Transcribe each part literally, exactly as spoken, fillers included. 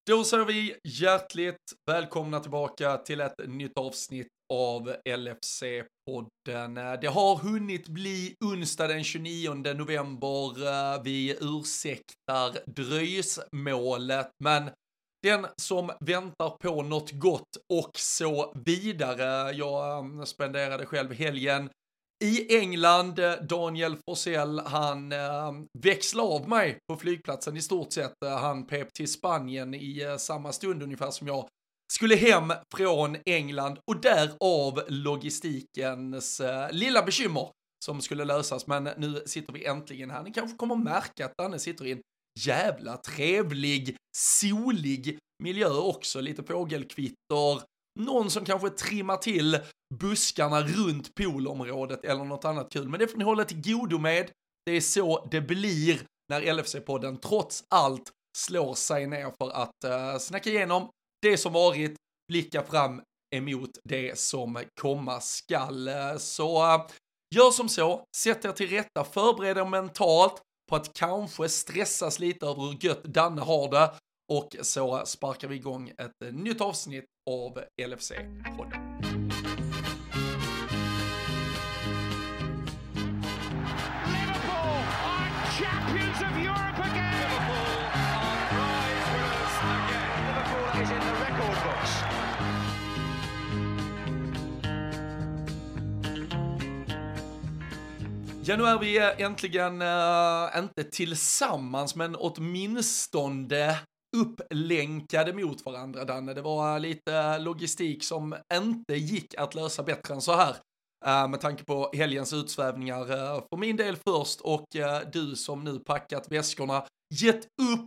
Då säger vi hjärtligt välkomna tillbaka till ett nytt avsnitt av L F C-podden. Det har hunnit bli onsdag den tjugonionde november. Vi ursäktar dröjsmålet, men den som väntar på något gott och så vidare. Jag spenderade själv helgen i England. Daniel Forsell, han äh, växlade av mig på flygplatsen i stort sett. Han pep till Spanien i äh, samma stund ungefär som jag skulle hem från England, och därav logistikens äh, lilla bekymmer som skulle lösas. Men nu sitter vi äntligen här. Ni kanske kommer märka att Danne sitter i en jävla trevlig, solig miljö också. Lite fågelkvitter. Någon som kanske trimmar till buskarna runt poolområdet eller något annat kul. Men det får ni hålla till godo med. Det är så det blir när L F C-podden trots allt slår sig ner för att uh, snacka igenom det som varit, blicka fram emot det som komma skall. Så uh, gör som så, sätt er till rätta, förbered er mentalt på att kanske stressas lite över hur gött Danne har det. Och så sparkar vi igång ett nytt avsnitt av L F C-podden. Champions of Europe again. Liverpool are prize winners again. Liverpool is in the record books. Ja, nu är vi äntligen äh, inte tillsammans, men åtminstone upplänkade mot varandra, Danne. Det var lite logistik som inte gick att lösa bättre än så här. Uh, med tanke på helgens utsvävningar uh, för min del först, och uh, du som nu packat väskorna, gett upp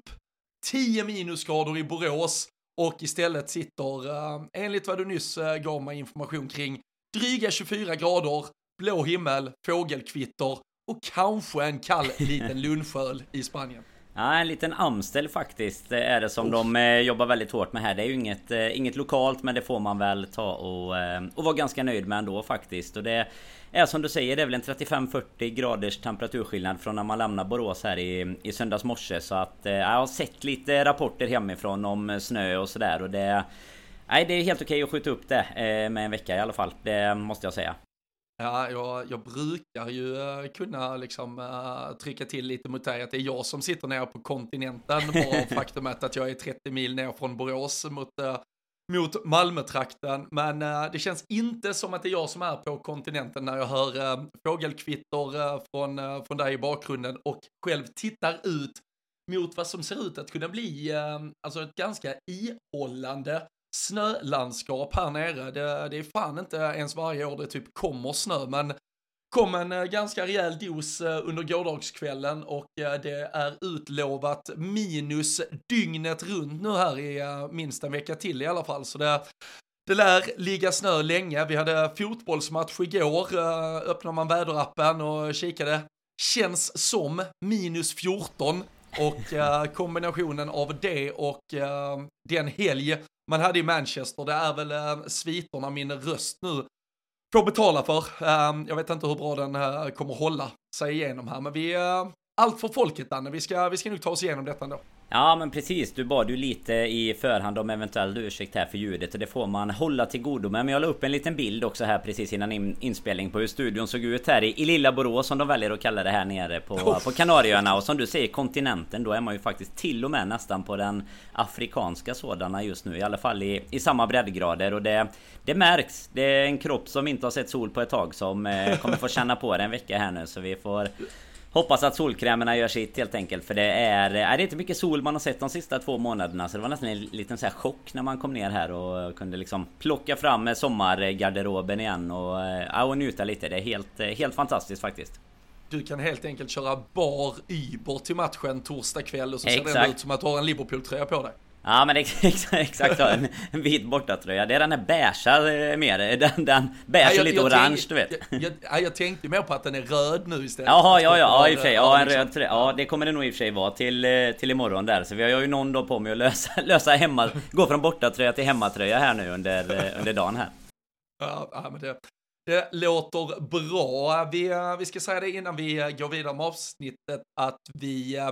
tio minusgrader i Borås och istället sitter, uh, enligt vad du nyss uh, gav mig information kring, dryga tjugofyra grader, blå himmel, fågelkvitter och kanske en kall liten lunchöl i Spanien. Ja, en liten Amstel faktiskt är det som oh. de eh, jobbar väldigt hårt med här. Det är ju inget, eh, inget lokalt, men det får man väl ta och, eh, och vara ganska nöjd med ändå faktiskt. Och det är som du säger, det är väl en trettiofem till fyrtio graders temperaturskillnad från när man lämnar Borås här i, i söndags morse. Så att eh, jag har sett lite rapporter hemifrån om snö och sådär. Och det, nej, det är helt okej att skjuta upp det eh, med en vecka i alla fall, det måste jag säga. Ja, jag, jag brukar ju uh, kunna liksom uh, trycka till lite mot dig att det är jag som sitter nere på kontinenten, bara faktumet att jag är trettio mil ner från Borås mot, uh, mot Malmötrakten. Men uh, det känns inte som att det är jag som är på kontinenten när jag hör uh, fågelkvitter uh, från, uh, från dig i bakgrunden och själv tittar ut mot vad som ser ut att kunna bli uh, alltså ett ganska ihållande snölandskap här nere. Det, det är fan inte ens varje år det typ kommer snö, men kom en ganska rejäl dos under gårdagskvällen och det är utlovat minus dygnet runt nu här i minst en vecka till i alla fall. Så det, det lär ligga snö länge. Vi hade fotbollsmatch igår, öppnar man väderappen och kikade. Känns som minus fjorton, och uh, kombinationen av det och uh, den helg man hade i Manchester, det är väl uh, sviterna min röst nu får betala för. Uh, jag vet inte hur bra den uh, kommer hålla sig igenom här, men vi uh, allt för folket, Danne. Vi ska, vi ska nog ta oss igenom detta ändå. Ja, men precis, du bad ju lite i förhand om eventuell ursäkt här för ljudet, och det får man hålla till godo med. Men jag la upp en liten bild också här precis innan in, inspelning på hur studion såg ut här i, i lilla Borås, som de väljer att kalla det här nere på, oh. på Kanarieöarna. Och som du säger, kontinenten, då är man ju faktiskt till och med nästan på den afrikanska sådana just nu, i alla fall i, i samma breddgrader. Och det, det märks, det är en kropp som inte har sett sol på ett tag som eh, kommer få känna på det en vecka här nu, så vi får hoppas att solkrämerna gör sitt helt enkelt. För det är, är det inte mycket sol man har sett de sista två månaderna. Så det var nästan en liten så här chock när man kom ner här och kunde liksom plocka fram sommargarderoben igen och, ja, och njuta lite. Det är helt, helt fantastiskt faktiskt. Du kan helt enkelt köra bar Uber till matchen torsdag kväll och så Exakt. ser det ut som att du har en Liverpool-tröja på dig. Ja, men exakt, exakt en, en vit bortatröja. Det är den här beiga mer. Den, den beige och lite jag, orange, tänk, du vet. Jag, jag, jag tänkte mer på att den är röd nu istället. Jaha, ja, ja, ja, i och för sig. Ja, en röd tröja. Ja, det kommer det nog i och för sig vara till, till imorgon där. Så vi har ju någon dag på mig att lösa, lösa hemma, gå från bortatröja till hemmatröja här nu under, under dagen här. Ja, ja men det... Det låter bra. Vi, vi ska säga det innan vi går vidare med avsnittet att vi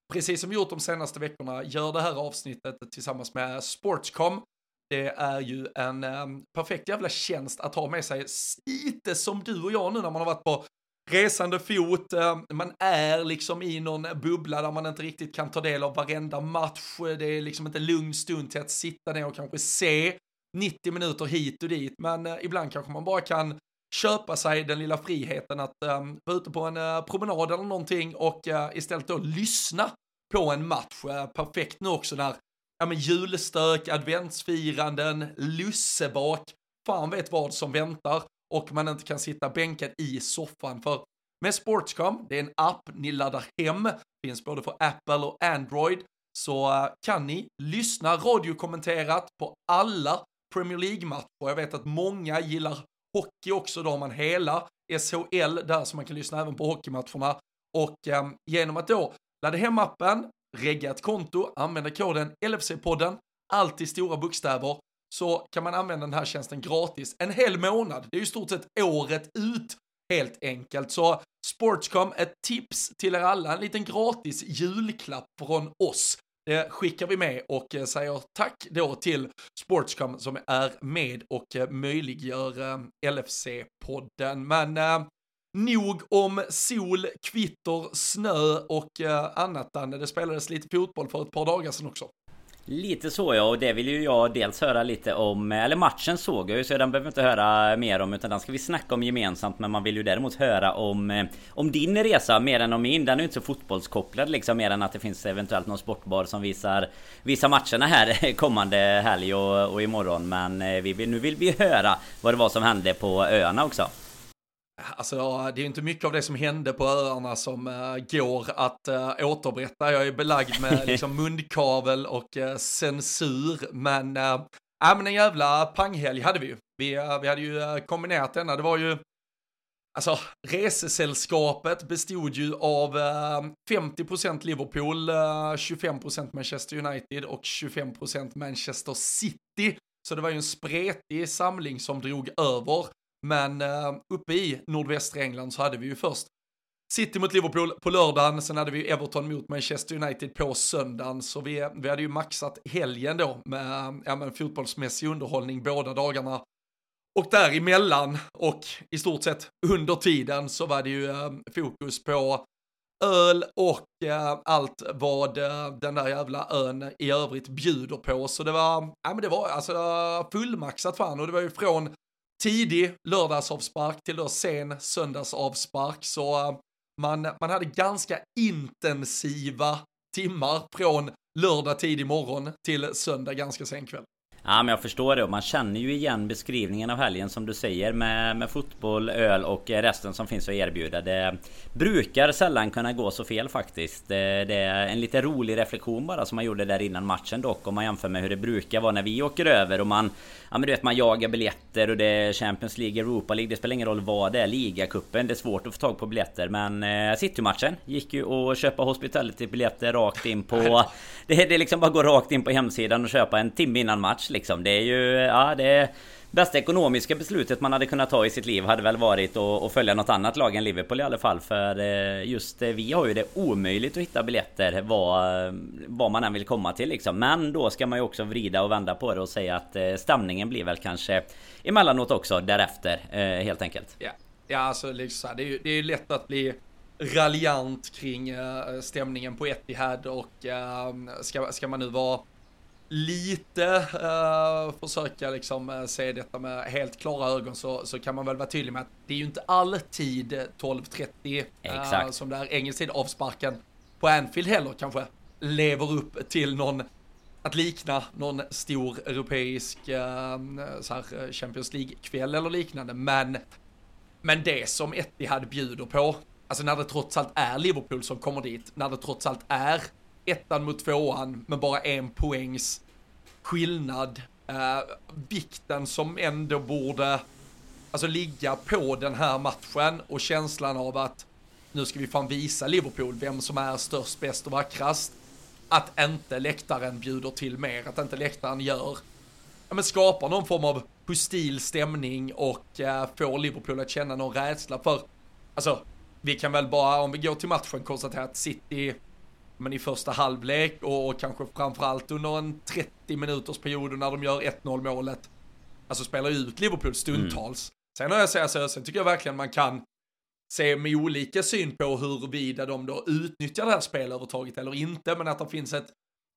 precis som vi gjort de senaste veckorna, gör det här avsnittet tillsammans med Sportscom. Det är ju en um, perfekt jävla tjänst att ha med sig, lite som du och jag nu när man har varit på resande fot. Uh, man är liksom i någon bubbla där man inte riktigt kan ta del av varenda match. Det är liksom inte lugn stund till att sitta ner och kanske se nittio minuter hit och dit. Men uh, ibland kanske man bara kan köpa sig den lilla friheten att um, vara ute på en uh, promenad eller någonting och uh, istället då lyssna på en match. Uh, perfekt nu också när ja, men julstök, adventsfiranden, lussebak, fan vet vad som väntar och man inte kan sitta bänkad i soffan. För med Sportscom, det är en app ni laddar hem, finns både för Apple och Android, så uh, kan ni lyssna radiokommenterat på alla Premier League-matcher. Jag vet att många gillar hockey också, då har man hela S H L där så man kan lyssna även på hockeymatcherna. Och um, genom att då ladda hem appen, regga ett konto, använda koden L F C-podden, allt i stora bokstäver, så kan man använda den här tjänsten gratis en hel månad. Det är ju stort sett året ut, helt enkelt. Så Sportscom, ett tips till er alla, en liten gratis julklapp från oss. Det skickar vi med och säger tack då till Sportscom som är med och möjliggör L F C-podden. Men eh, nog om sol, kvitter, snö och eh, annat. Det spelades lite fotboll för ett par dagar sedan också. Lite så ja, och det vill ju jag dels höra lite om, eller matchen såg jag ju, så den behöver inte höra mer om, utan den ska vi snacka om gemensamt. Men man vill ju däremot höra om, om din resa mer än om min. Den är ju inte så fotbollskopplad liksom, mer än att det finns eventuellt någon sportbar som visar, visar matcherna här kommande helg och, och imorgon. Men vi vill, nu vill vi höra vad det var som hände på öarna också. Alltså det är ju inte mycket av det som hände på öarna som uh, går att uh, återberätta. Jag är belagd med liksom munkavel och uh, censur. Men, uh, äh, men en jävla panghelg hade vi ju. Vi, uh, vi hade ju uh, kombinerat denna. Det var ju, alltså resesällskapet bestod ju av uh, femtio procent Liverpool, uh, tjugofem procent Manchester United och tjugofem procent Manchester City. Så det var ju en spretig samling som drog över. Men uh, uppe i nordvästra England så hade vi ju först City mot Liverpool på lördagen. Sen hade vi Everton mot Manchester United på söndagen. Så vi, vi hade ju maxat helgen då med, ja, med fotbollsmässig underhållning båda dagarna. Och däremellan och i stort sett under tiden så var det ju uh, fokus på öl och uh, allt vad uh, den där jävla ön i övrigt bjuder på. Så det var, ja, men det var alltså fullmaxat fan, och det var ju från tidig lördagsavspark till då sen söndagsavspark, så man, man hade ganska intensiva timmar från lördag tidig morgon till söndag ganska sen kväll. Ja, men jag förstår det, och man känner ju igen beskrivningen av helgen som du säger med, med fotboll, öl och resten som finns att erbjuda. Det brukar sällan kunna gå så fel faktiskt. Det, det är en lite rolig reflektion bara som man gjorde där innan matchen dock, om man jämför med hur det brukar vara när vi åker över och man, ja men du vet, man jagar biljetter och det är Champions League, Europa League, det spelar ingen roll vad det är, ligacupen, det är svårt att få tag på biljetter. Men eh, City-matchen gick ju att köpa hospitality-biljetter rakt in på det, det liksom bara går rakt in på hemsidan och köpa en timme innan match liksom. Det är ju, ja det är bästa ekonomiska beslutet man hade kunnat ta i sitt liv hade väl varit att, att följa något annat lag än Liverpool i alla fall. För just vi har ju det omöjligt att hitta biljetter vad, vad man än vill komma till liksom. Men då ska man ju också vrida och vända på det och säga att stämningen blir väl kanske emellanåt också därefter helt enkelt. Ja, ja alltså liksom, det är ju det är lätt att bli raljant kring stämningen på Etihad och ska, ska man nu vara lite uh, försöka liksom uh, se detta med helt klara ögon, så, så kan man väl vara tydlig med att det är ju inte alltid tolv trettio uh, som där engelsk tid avsparken på Anfield heller kanske lever upp till någon, att likna någon stor europeisk uh, så här Champions League-kväll eller liknande, men, men det som Etihad bjuder på, alltså när det trots allt är Liverpool som kommer dit, när det trots allt är ettan mot tvåan med bara en poängs skillnad, eh, vikten som ändå borde alltså ligga på den här matchen och känslan av att nu ska vi fan visa Liverpool vem som är störst, bäst och vackrast, att inte läktaren bjuder till mer, att inte läktaren gör, ja, men skapar någon form av hostil stämning och eh, får Liverpool att känna någon rädsla för, alltså vi kan väl bara, om vi går till matchen, konstatera att City men i första halvlek och, och kanske framförallt under en trettio minuters period när de gör ett noll målet. Alltså spelar ut Liverpool stundtals. Mm. Sen har jag sagt så, sen tycker jag verkligen man kan se med olika syn på huruvida de då utnyttjar det här spelövertaget eller inte, men att det finns ett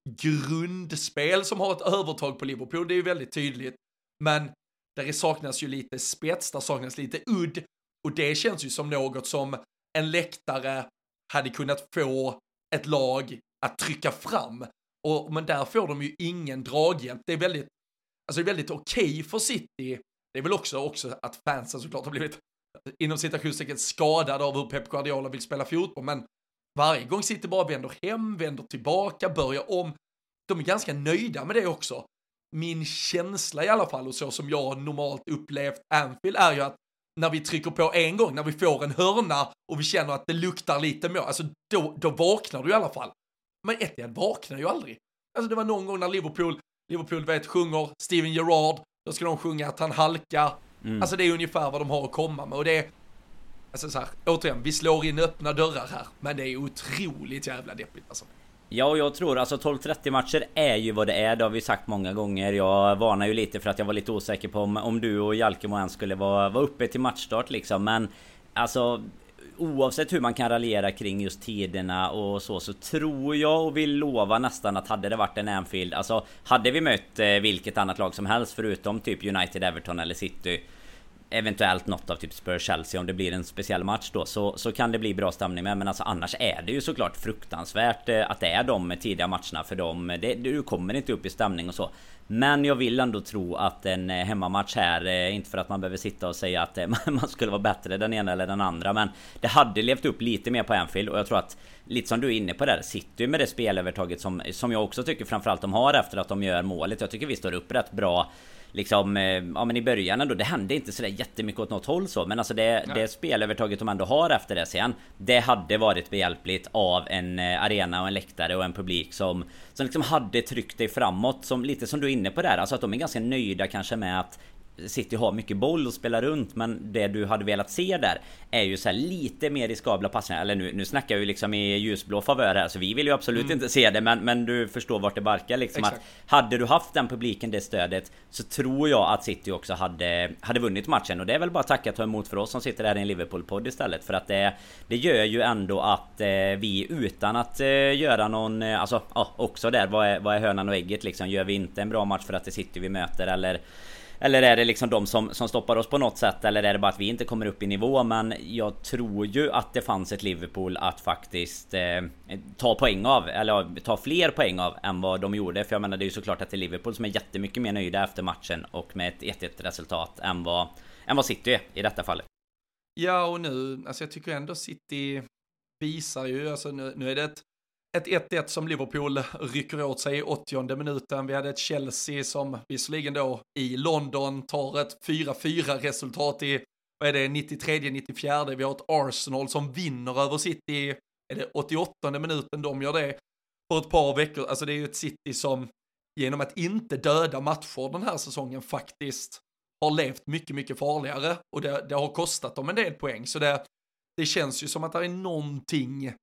grundspel som har ett övertag på Liverpool, det är ju väldigt tydligt. Men där saknas ju lite spets, där saknas lite udd, och det känns ju som något som en läktare hade kunnat få ett lag att trycka fram. Och, men där får de ju ingen draghjälp. Det är väldigt, alltså det är väldigt okej för City. Det är väl också, också att fansen såklart har blivit inom citationstecken skadade av hur Pep Guardiola vill spela fotboll, men varje gång City bara vänder hem, vänder tillbaka, börjar om. De är ganska nöjda med det också. Min känsla i alla fall, och så som jag normalt upplevt Anfield, är ju att när vi trycker på en gång, när vi får en hörna och vi känner att det luktar lite mer, alltså då, då vaknar du i alla fall. Men Etihad vaknar ju aldrig. Alltså det var någon gång när Liverpool, Liverpool vet, sjunger Steven Gerrard, då ska de sjunga att han halkar. Mm. Alltså det är ungefär vad de har att komma med, och det är, alltså så här, återigen, vi slår in öppna dörrar här, men det är otroligt jävla deppigt alltså. Ja, och jag tror alltså tolv trettio matcher är ju vad det är, det har vi sagt många gånger. Jag varnar ju lite för att jag var lite osäker på om, om du och Jalkemo ens skulle vara, vara uppe till matchstart liksom. Men alltså, oavsett hur man kan raljera kring just tiderna och så, så tror jag och vill lova nästan att hade det varit en Anfield, alltså hade vi mött eh, vilket annat lag som helst förutom typ United, Everton eller City, eventuellt något av typ Spurs Chelsea om det blir en speciell match då, så, så kan det bli bra stämning med. Men alltså annars är det ju såklart fruktansvärt att det är de tidiga matcherna för dem. Det, du kommer inte upp i stämning och så. Men jag vill ändå tro att en hemmamatch här, inte för att man behöver sitta och säga att man skulle vara bättre den ena eller den andra, men det hade levt upp lite mer på Anfield. Och jag tror att, lite som du är inne på där, sitter ju med det spelövertaget som, som jag också tycker framförallt de har efter att de gör målet. Jag tycker vi står upp rätt bra liksom, ja men i början ändå, det hände inte sådär jättemycket åt något håll så, men alltså det, det spelövertaget de ändå har efter det sen, det hade varit behjälpligt av en arena och en läktare och en publik som, som liksom hade tryckt dig framåt, som lite som du är inne på där, alltså att de är ganska nöjda kanske med att City har mycket boll och spelar runt, men det du hade velat se där är ju så här lite mer riskabla passningar. Eller nu, nu snackar jag ju liksom i ljusblå favör här, så vi vill ju absolut mm. inte se det, men, men du förstår vart det barkar liksom. Exakt. Att hade du haft den publiken, det stödet, så tror jag att City också hade, hade vunnit matchen. Och det är väl bara att tacka ta emot för oss som sitter här i en Liverpool-podd istället, för att det, det gör ju ändå att eh, vi utan att eh, göra någon eh, alltså ja, också där, vad är, vad är hönan och ägget liksom, gör vi inte en bra match för att det City vi möter, eller Eller är det liksom de som, som stoppar oss på något sätt? Eller är det bara att vi inte kommer upp i nivå? Men jag tror ju att det fanns ett Liverpool att faktiskt eh, ta poäng av. Eller ta fler poäng av än vad de gjorde. För jag menar, det är ju såklart att det är Liverpool som är jättemycket mer nöjda efter matchen och med ett ett ett resultat än vad, än vad City är i detta fallet. Ja, och nu, alltså jag tycker ändå City visar ju, alltså nu, nu är det ett Ett ett ett som Liverpool rycker åt sig i åttionde minuten. Vi hade ett Chelsea som visserligen då i London tar ett fyra fyra resultat i, vad är det, nittiotre nittiofyra. Vi har ett Arsenal som vinner över City, är det åttioåttonde minuten de gör det för ett par veckor. Alltså det är ju ett City som genom att inte döda matcher den här säsongen faktiskt har levt mycket, mycket farligare. Och det, det har kostat dem en del poäng. Så det, det känns ju som att det är någonting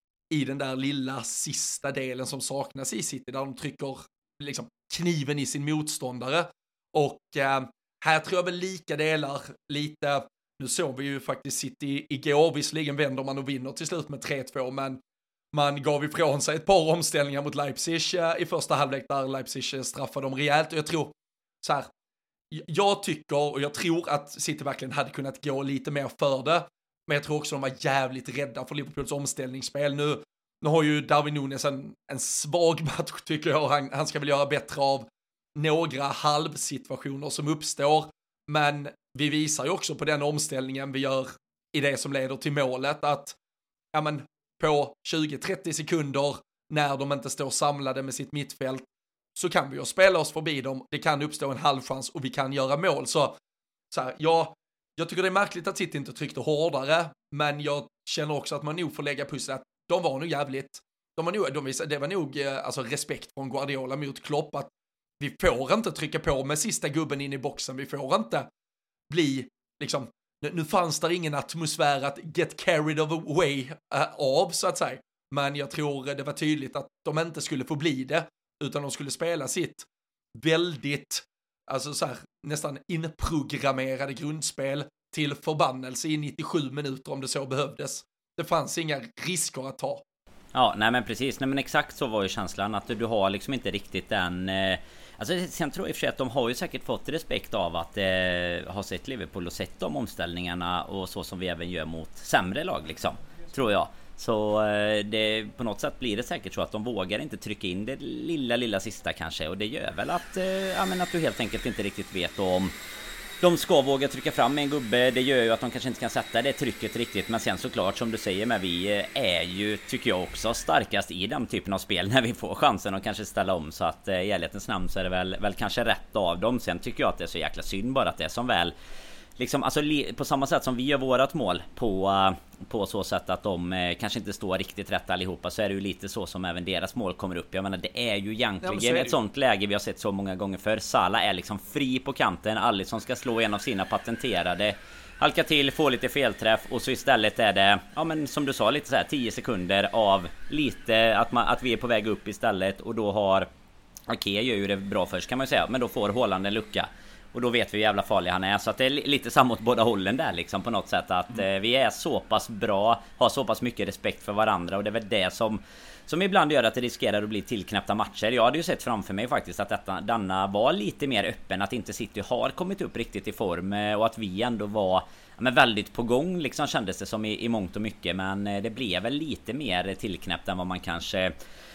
i den där lilla sista delen som saknas i City, där de trycker liksom kniven i sin motståndare. Och eh, här tror jag väl lika delar lite, nu såg vi ju faktiskt City igår, visserligen vänder man och vinner till slut med tre två, men man gav ifrån sig ett par omställningar mot Leipzig eh, i första halvlek där Leipzig straffade dem rejält. Och jag tror så här, jag tycker och jag tror att City verkligen hade kunnat gå lite mer för det. Men jag tror också de var jävligt rädda för Liverpools omställningsspel. Nu, nu har ju Darwin Núñez en, en svag match tycker jag. Han, han ska väl göra bättre av några halvsituationer som uppstår. Men vi visar ju också på den omställningen vi gör i det som leder till målet. Att ja, men, på tjugo trettio sekunder när de inte står samlade med sitt mittfält så kan vi ju spela oss förbi dem. Det kan uppstå en halvchans och vi kan göra mål. Så, så här, ja... Jag tycker det är märkligt att City inte tryckte hårdare, men jag känner också att man nog får lägga pussel att de var nog jävligt, de var nog, de visade, det var nog alltså respekt från Guardiola mot Klopp att vi får inte trycka på med sista gubben in i boxen, vi får inte bli liksom, nu, nu fanns där ingen atmosfär att get carried away uh, av så att säga, Men jag tror det var tydligt att de inte skulle få bli det, utan de skulle spela sitt väldigt, alltså så här, nästan inprogrammerade grundspel till förbannelse i nittiosju minuter om det så behövdes. Det fanns inga risker att ta. Ja, nej men precis. Nej men exakt så var ju känslan, att du har liksom inte riktigt den... Eh, alltså sen tror jag i och för sig att de har ju säkert fått respekt av att eh, ha sett Liverpool och sett de omställningarna och så som vi även gör mot sämre lag liksom, tror jag. Så eh, det, på något sätt blir det säkert så att de vågar inte trycka in det lilla, lilla sista kanske. Och det gör väl att, eh, ja, men att du helt enkelt inte riktigt vet om de ska våga trycka fram en gubbe. Det gör ju att de kanske inte kan sätta det trycket riktigt. Men sen såklart som du säger, med vi är ju, tycker jag också, starkast i den typen av spel när vi får chansen att kanske ställa om. Så att eh, i ärlighetens namn så är det väl, väl kanske rätt av dem. Sen tycker jag att det är så jäkla synd bara att det är som väl liksom, alltså på samma sätt som vi gör vårat mål på, på så sätt att de eh, kanske inte står riktigt rätt allihopa, så är det ju lite så som även deras mål kommer upp. Jag menar, det är ju egentligen ja, är ett sånt läge vi har sett så många gånger för. Salah är liksom fri på kanten, Alisson ska slå en av sina patenterade, halka till, få lite felträff, och så istället är det, ja men som du sa, lite så här tio sekunder av lite att, man, att vi är på väg upp istället, och då har Ake gör ju det bra först kan man ju säga, men då får Haaland en lucka. Och då vet vi hur jävla farlig han är. Så att det är lite samma åt båda hållen där liksom, på något sätt. Att eh, vi är så pass bra, har så pass mycket respekt för varandra. Och det är väl det som, som ibland gör att det riskerar att bli tillknäppta matcher. Jag hade ju sett framför mig faktiskt att detta, denna var lite mer öppen. Att inte City har kommit upp riktigt i form. Och att vi ändå var, ja, men väldigt på gång liksom, kändes det som i, i mångt och mycket. Men eh, det blev väl lite mer tillknäppt än vad man kanske...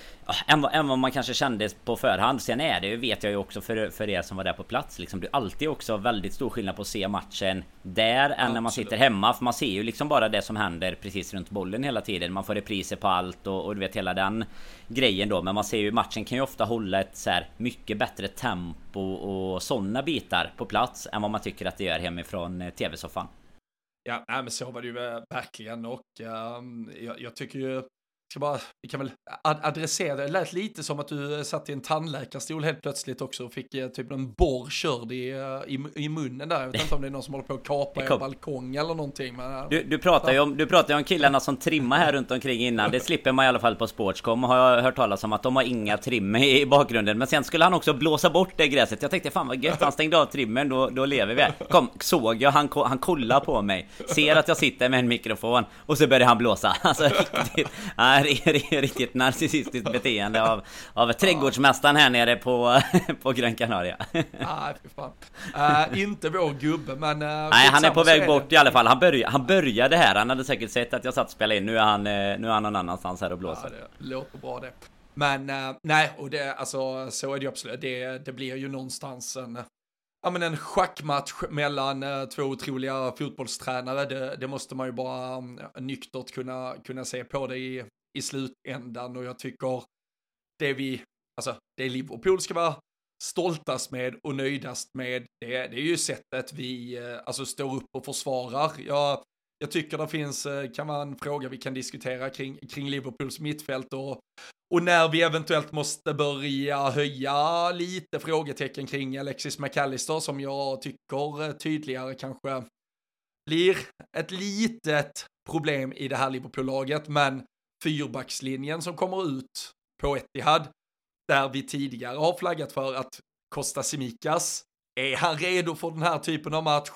Än vad, än vad man kanske kände på förhand. Sen är det, vet jag ju också för, för er som var där på plats liksom, det är alltid också väldigt stor skillnad på att se matchen där än Absolut. När man sitter hemma. För man ser ju liksom bara det som händer precis runt bollen hela tiden. Man får repriser på allt och, och du vet hela den grejen då. Men man ser ju, matchen kan ju ofta hålla ett så här mycket bättre tempo och sådana bitar på plats än vad man tycker att det gör hemifrån tv-soffan. Ja, nej, men så var det ju verkligen. Och um, jag, jag tycker ju Ska bara, vi kan väl adressera det. Det lät lite som att du satt i en tandläkarstol helt plötsligt också och fick eh, typ en borr körd i, i, i munnen där. Jag vet inte om det är någon som håller på att kapa en balkong eller någonting. Men, du, du pratar ju om, du pratar ju om killarna som trimmar här runt omkring innan. Det slipper man i alla fall på Sportscom. Har jag hört talas om att de har inga trim i bakgrunden. Men sen skulle han också blåsa bort det gräset. Jag tänkte, fan vad gött, han stängde av trimmen, då, då lever vi. Kom, såg jag, han, han kollar på mig. Ser att jag sitter med en mikrofon och så börjar han blåsa. Alltså riktigt, nej, riktigt narcissistiskt beteende av, av trädgårdsmästaren här nere på, på Gran Canaria. Nej, för fan. Uh, inte vår gubbe, men... Uh, nej, han är på väg bort i alla fall. Han, börj- han började här. Han hade säkert sett att jag satt och spelade in. Nu är han, nu är han någon annanstans här och blåser. Ja, det låter bra det. Men uh, nej, och det, alltså, så är det ju absolut. Det, det blir ju någonstans en... Ja, men en schackmatch mellan uh, två otroliga fotbollstränare. Det, det måste man ju bara um, nyktert kunna, kunna se på det i, i slutändan. Och jag tycker det vi, alltså det Liverpool ska vara stoltast med och nöjdast med, det, det är ju sättet vi uh, alltså står upp och försvarar. Jag, jag tycker det finns, uh, kan vara en fråga vi kan diskutera kring, kring Liverpools mittfält och Och när vi eventuellt måste börja höja lite frågetecken kring Alexis McAllister, som jag tycker tydligare kanske blir ett litet problem i det här Liverpool-laget. Men fyrbackslinjen som kommer ut på Etihad, där vi tidigare har flaggat för att Costa Simikas, är han redo för den här typen av match?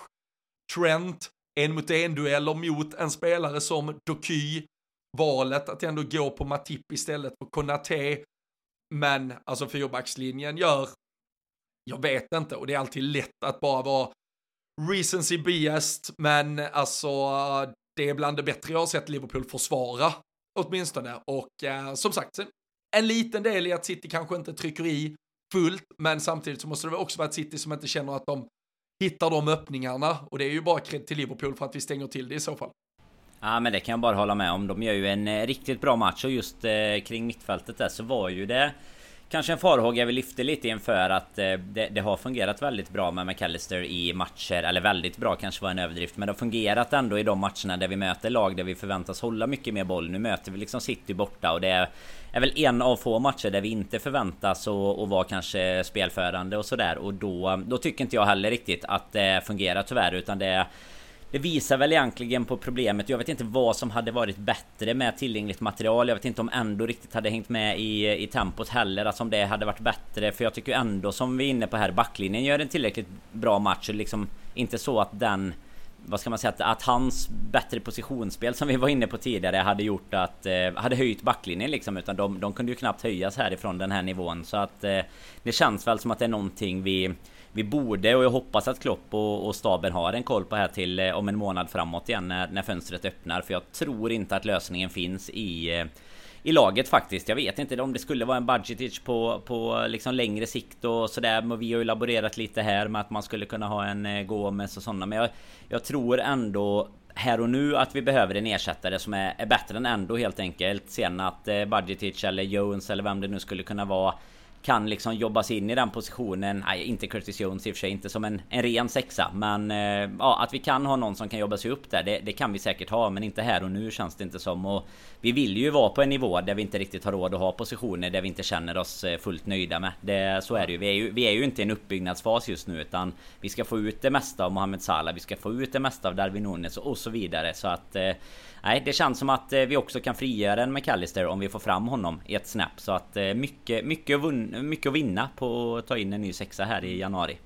Trent, en mot en dueller mot en spelare som Doky. Valet att ändå gå på Matip istället för Konaté. Men alltså fyrbackslinjen gör, jag vet inte, och det är alltid lätt att bara vara recency biased, men alltså det är bland det bättre jag har sett Liverpool försvara åtminstone. Och eh, som sagt, en liten del i att City kanske inte trycker i fullt, men samtidigt så måste det också vara ett City som inte känner att de hittar de öppningarna, och det är ju bara cred till Liverpool för att vi stänger till det i så fall. Ja, men det kan jag bara hålla med om. De gör ju en eh, riktigt bra match, och just eh, kring mittfältet där så var ju det kanske en farhåga vi lyfte lite inför att eh, det, det har fungerat väldigt bra med McAllister i matcher, eller väldigt bra kanske var en överdrift, men det har fungerat ändå i de matcherna där vi möter lag där vi förväntas hålla mycket mer boll. Nu möter vi liksom City borta, och det är, är väl en av få matcher där vi inte förväntas och, och vara kanske spelförande och sådär, och då, då tycker inte jag heller riktigt att det fungerar tyvärr, utan det det visar väl egentligen på problemet. Jag vet inte vad som hade varit bättre med tillgängligt material. Jag vet inte om ändå riktigt hade hängt med i, i tempot heller. Alltså om det hade varit bättre. För jag tycker ändå, som vi är inne på här, backlinjen gör en tillräckligt bra match. Liksom inte så att den... Vad ska man säga, att, att hans bättre positionsspel som vi var inne på tidigare hade gjort att eh, hade höjt backlinjen liksom, utan de, de kunde ju knappt höjas härifrån den här nivån. Så att eh, det känns väl som att det är någonting vi vi borde, och jag hoppas att Klopp och, och staben har en koll på här till eh, om en månad framåt igen när, när fönstret öppnar, för jag tror inte att lösningen finns i eh, i laget faktiskt. Jag vet inte om det skulle vara en Budgetich på, på liksom längre sikt och sådär. Men vi har ju laborerat lite här med att man skulle kunna ha en eh, Gomes och sådana. Men jag, jag tror ändå här och nu att vi behöver en ersättare som är, är bättre än ändå helt enkelt. Sen att eh, Budgetich eller Jones eller vem det nu skulle kunna vara kan liksom jobbas in i den positionen. Nej, inte Curtis Jones i och för sig, inte som en, en ren sexa. Men eh, ja, att vi kan ha någon som kan jobba sig upp där, det, det kan vi säkert ha. Men inte här och nu känns det inte som. Och vi vill ju vara på en nivå där vi inte riktigt har råd att ha positioner där vi inte känner oss fullt nöjda med. Det, så är det ju. Vi är ju, vi är ju inte i en uppbyggnadsfas just nu, utan vi ska få ut det mesta av Mohamed Salah. Vi ska få ut det mesta av Darwin Núñez och, och så vidare. Så att... Eh, Nej, det känns som att vi också kan frigöra en McAllister om vi får fram honom i ett snap. Så att mycket, mycket, att, vunna, mycket att vinna på att ta in en ny sexa här i januari.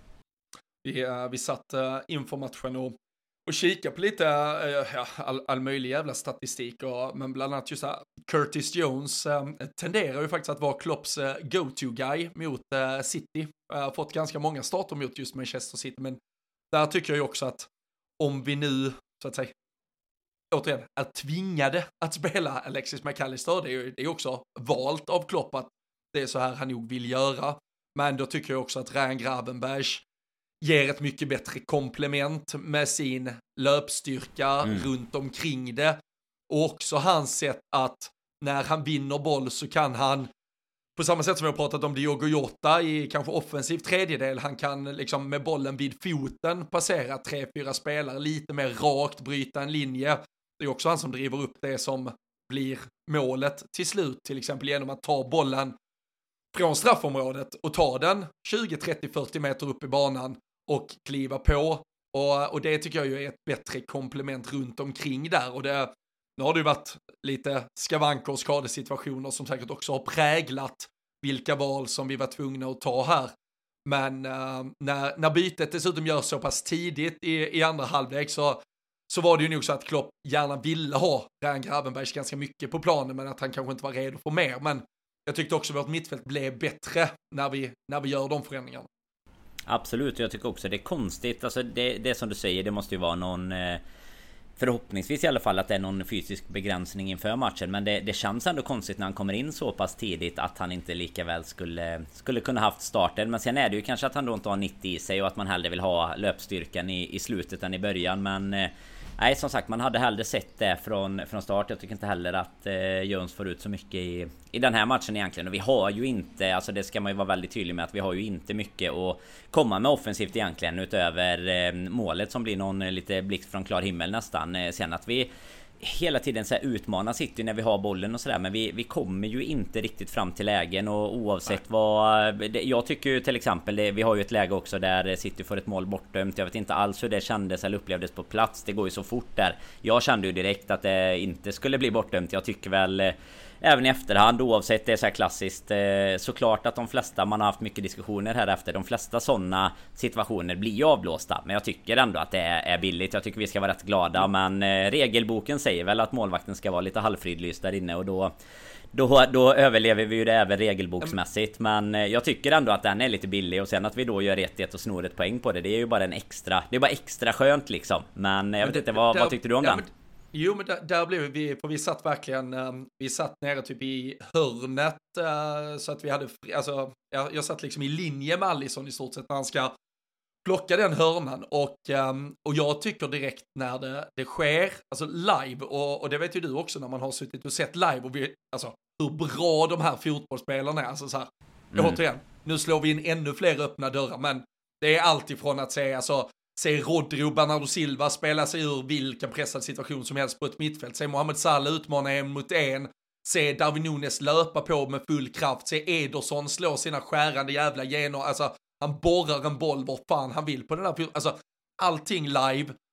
Vi, vi satt inför matchen och, och kikade på lite ja, all, all möjlig jävla statistik. Och, men bland annat just här, Curtis Jones äh, tenderar ju faktiskt att vara Klopps äh, go-to-guy mot äh, City. Äh, fått ganska många starter mot just Manchester City. Men där tycker jag ju också att om vi nu, så att säga, återigen, är tvingade att spela Alexis McAllister. Det är ju det är också valt av Klopp att det är så här han nog vill göra. Men då tycker jag också att Ryan Gravenberch ger ett mycket bättre komplement med sin löpstyrka mm. runt omkring det. Och också hans sätt att när han vinner boll så kan han, på samma sätt som vi har pratat om Diogo Jota i kanske offensiv tredjedel, han kan liksom med bollen vid foten passera tre, fyra spelare lite mer rakt, bryta en linje. Det är också han som driver upp det som blir målet till slut, till exempel genom att ta bollen från straffområdet och ta den tjugo, trettio, fyrtio meter upp i banan och kliva på. Och, och det tycker jag ju är ett bättre komplement runt omkring där. Och det, nu har det ju varit lite skavanker och skadesituationer som säkert också har präglat vilka val som vi var tvungna att ta här. Men uh, när, när bytet dessutom görs så pass tidigt i, i andra halvlek så så var det ju nog så att Klopp gärna ville ha Ryan Gravenberch ganska mycket på planen, men att han kanske inte var redo för mer. Men jag tyckte också att vårt mittfält blev bättre när vi, när vi gör de förändringarna. Absolut, jag tycker också det är konstigt. Alltså det, det som du säger, det måste ju vara någon... Eh, förhoppningsvis i alla fall att det är någon fysisk begränsning inför matchen. Men det, det känns ändå konstigt när han kommer in så pass tidigt att han inte lika väl skulle, skulle kunna haft starten. Men sen är det ju kanske att han då inte har nittio i sig och att man hellre vill ha löpstyrkan i, i slutet än i början. Men... Eh, Nej, som sagt, man hade hellre sett det från, från start. Jag tycker inte heller att eh, Jones får ut så mycket i, i den här matchen egentligen. Och vi har ju inte, alltså det ska man ju vara väldigt tydlig med, att vi har ju inte mycket att komma med offensivt egentligen, utöver eh, målet som blir någon eh, lite blixt från klar himmel nästan. Eh, sen att vi hela tiden så här utmanar City när vi har bollen och sådär, men vi, vi kommer ju inte riktigt fram till lägen. Och oavsett vad det, jag tycker ju till exempel det, vi har ju ett läge också där City får ett mål bortdömt. Jag vet inte alls hur det kändes eller upplevdes på plats. Det går ju så fort där. Jag kände ju direkt att det inte skulle bli bortdömt. Jag tycker väl även i efterhand, oavsett, det är så här klassiskt, såklart att de flesta, man har haft mycket diskussioner här efter, de flesta sådana situationer blir ju avblåsta. Men jag tycker ändå att det är billigt. Jag tycker vi ska vara rätt glada. Men regelboken säger väl att målvakten ska vara lite halvfridlyst där inne, och då Då, då överlever vi ju det även regelboksmässigt. Men jag tycker ändå att den är lite billig. Och sen att vi då gör ett ett och snor ett poäng på det, det är ju bara en extra, det är bara extra skönt liksom. Men jag vet inte, vad, vad tyckte du om ja, den? Men, jo men där, där blev vi, för vi satt verkligen um, vi satt nere typ i hörnet uh, så att vi hade, alltså jag, jag satt liksom i linje med Alisson i stort sett när han ska plocka den hörnan. Och, um, och jag tycker direkt när det, det sker, alltså live, och, och det vet ju du också när man har suttit och sett live, och vi, alltså hur bra de här fotbollsspelarna är, alltså så här, mm. återigen, nu slår vi in ännu fler öppna dörrar, men det är allt ifrån att se, alltså se Rodri och Bernardo Silva spela sig ur vilken pressad situation som helst på ett mittfält, se Mohamed Salah utmana en mot en, se Darwin Núñez löpa på med full kraft, se Ederson slå sina skärande jävla gener, alltså han borrar en boll var fan han vill på den här, alltså allting live.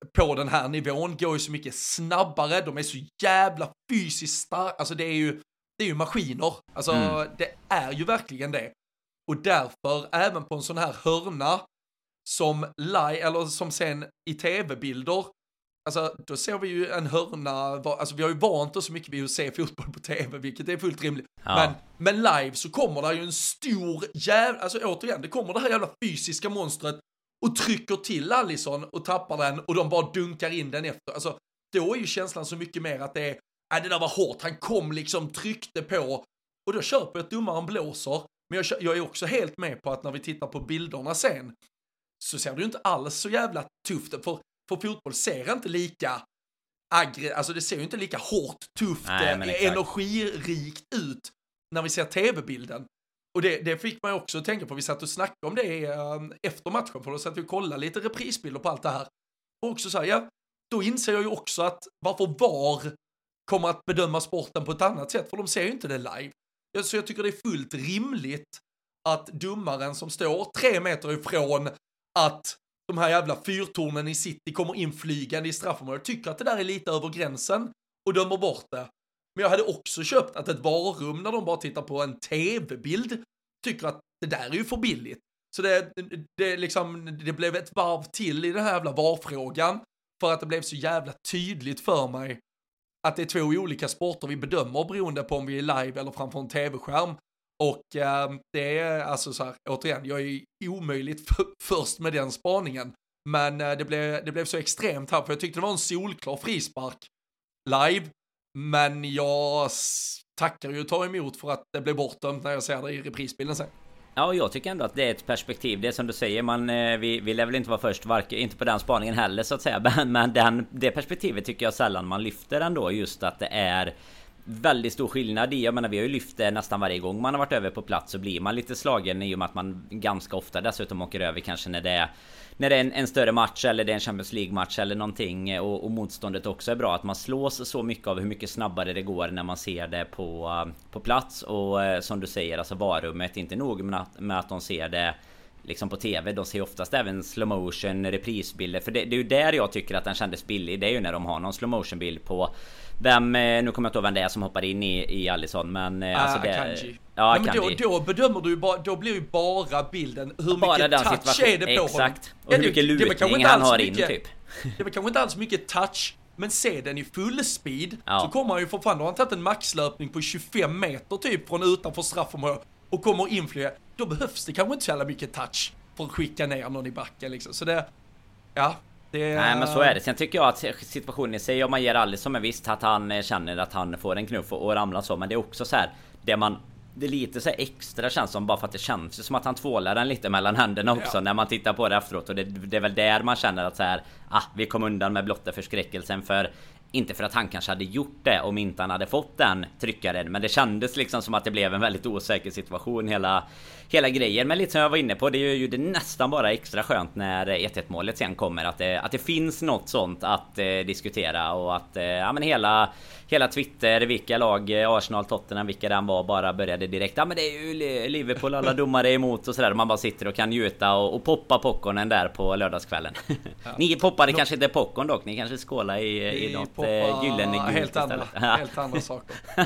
på den här nivån går ju så mycket snabbare, de är så jävla fysiskt starka, alltså det är ju, det är ju maskiner, alltså mm. det är ju verkligen det. Och därför, även på en sån här hörna, som live, eller som sen i tv-bilder, alltså då ser vi ju en hörna, alltså vi har ju vant oss så mycket vid att se fotboll på tv, vilket är fullt rimligt. Ja. Men, men live så kommer det ju en stor jävla, alltså återigen, det kommer det här jävla fysiska monstret och trycker till Alisson och tappar den och de bara dunkar in den efter. Alltså då är ju känslan så mycket mer att det är, äh, det där var hårt, han kom liksom, tryckte på, och då köper jag att domaren blåser. Men jag, jag är också helt med på att när vi tittar på bilderna sen, så ser det ju inte alls så jävla tufft. För, för fotboll ser inte lika aggre, alltså det ser ju inte lika hårt, tufft, Nej, energirikt ut när vi ser tv-bilden. Och det, det fick man ju också tänka på. Vi satt och snackade om det äh, efter matchen, för då satt vi och kollade lite reprisbilder på allt det här. Och också så här, ja, då inser jag ju också att varför V A R kommer att bedöma sporten på ett annat sätt, för de ser ju inte det live. Så jag tycker det är fullt rimligt att domaren som står tre meter ifrån att de här jävla fyrtornen i City kommer inflygande i straffområdet, tycker att det där är lite över gränsen och dömer bort det. Men jag hade också köpt att ett varum, när de bara tittar på en tv-bild, tycker att det där är ju för billigt. Så det, det, liksom, det blev ett varv till i den här jävla V A R-frågan, för att det blev så jävla tydligt för mig att det är två olika sporter vi bedömer beroende på om vi är live eller framför en tv-skärm. Och eh, det är alltså så här, återigen, jag är omöjligt för, först med den spaningen. Men eh, det, blev, det blev så extremt här, för jag tyckte det var en solklar frispark live. Men jag tackar ju och tar emot för att det blev bortdömt när jag ser det i reprisbilden sen. Ja, jag tycker ändå att det är ett perspektiv. Det är som du säger, man, vi, vi lär väl inte vara först, varken, inte på den spaningen heller så att säga. Men, men den, det perspektivet tycker jag sällan man lyfter ändå, just att det är väldigt stor skillnad i, jag menar vi har ju lyft det nästan varje gång man har varit över på plats, så blir man lite slagen i och med att man ganska ofta dessutom åker över kanske när det är när det är en, en större match eller det är en Champions League-match eller någonting, och, och motståndet också är bra, att man slås så mycket av hur mycket snabbare det går när man ser det på, på plats. Och eh, som du säger, alltså varummet, inte nog med att, med att de ser det liksom på tv, de ser oftast även slow motion reprisbilder, för det, det är ju där jag tycker att den kändes billig, det är ju när de har någon slow motion bild på vem, nu kommer jag inte ihåg vem det är som hoppar in i, i Alisson, men uh, alltså det, Kanji. Ja, Nej, men då, då bedömer du ju bara, då blir ju bara bilden hur bara mycket touch situation. Är det på Exakt. honom. Och hur mycket lutning han har in typ. Det var kanske inte alls mycket touch, men se den i full speed, ja. Så kommer han ju för fan, då har han tagit en maxlöpning på tjugofem meter typ från utanför straffområdet och kommer inflyga. Då behövs det kanske inte så jävla mycket touch för att skicka ner någon i backen liksom. Så det, ja. Det... Nej, men så är det. Sen tycker jag att situationen i sig, om man ger Alisson, som är visst att han känner att han får en knuff och, och ramlar så, men det är också så här, det man det är lite så här extra känns som, bara för att det känns som att han tvålar den lite mellan händerna också, ja. När man tittar på det efteråt, och det, det är väl där man känner att så här, ah, vi kom undan med blotta förskräckelsen, för inte för att han kanske hade gjort det om inte han hade fått den tryckaren, men det kändes liksom som att det blev en väldigt osäker situation hela, hela grejen. Men lite som jag var inne på, det är ju det nästan bara extra skönt när ett ett målet sen kommer, att det, att det finns något sånt att eh, diskutera, och att eh, ja, men hela, hela Twitter, vilka lag, Arsenal, Tottenham, vilka den var, bara började direkt, ja men det är ju Liverpool, alla domare är emot och sådär, och man bara sitter och kan njuta och, och poppa popcornen där på lördagskvällen. Ja. Ni poppade no. kanske inte popcorn dock, ni kanske skåla i, i något eh, gyllene gult helt andra, helt andra saker. Ja.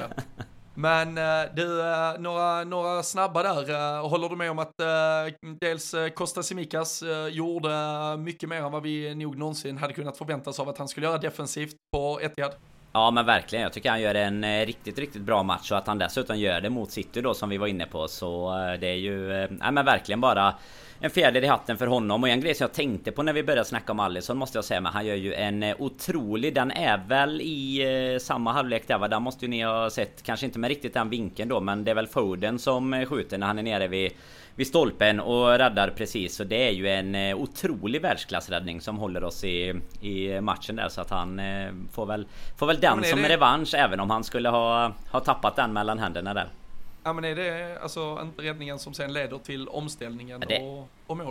Men du, några, några snabba där. Håller du med om att dels Costa Tsimikas gjorde mycket mer än vad vi nog någonsin hade kunnat förväntas av att han skulle göra defensivt på Etihad? Ja, men verkligen. Jag tycker han gör en riktigt, riktigt bra match, och att han dessutom gör det mot City då, som vi var inne på. Så det är ju, nej men verkligen bara en fjäder i hatten för honom. Och en grej som jag tänkte på när vi började snacka om Alisson, måste jag säga, men han gör ju en otrolig, den är väl i eh, samma halvlek där, va? Där måste ju ni ha sett, kanske inte med riktigt den vinkeln då, men det är väl Foden som skjuter när han är nere vid, vid stolpen och räddar precis. Så det är ju en eh, otrolig världsklassräddning som håller oss i, i matchen där, så att han eh, får väl, får väl den som det... revansch, även om han skulle ha, ha tappat den mellan händerna där. Ja, men är det alltså inte räddningen som sen leder till omställningen ja, det, och, och målet?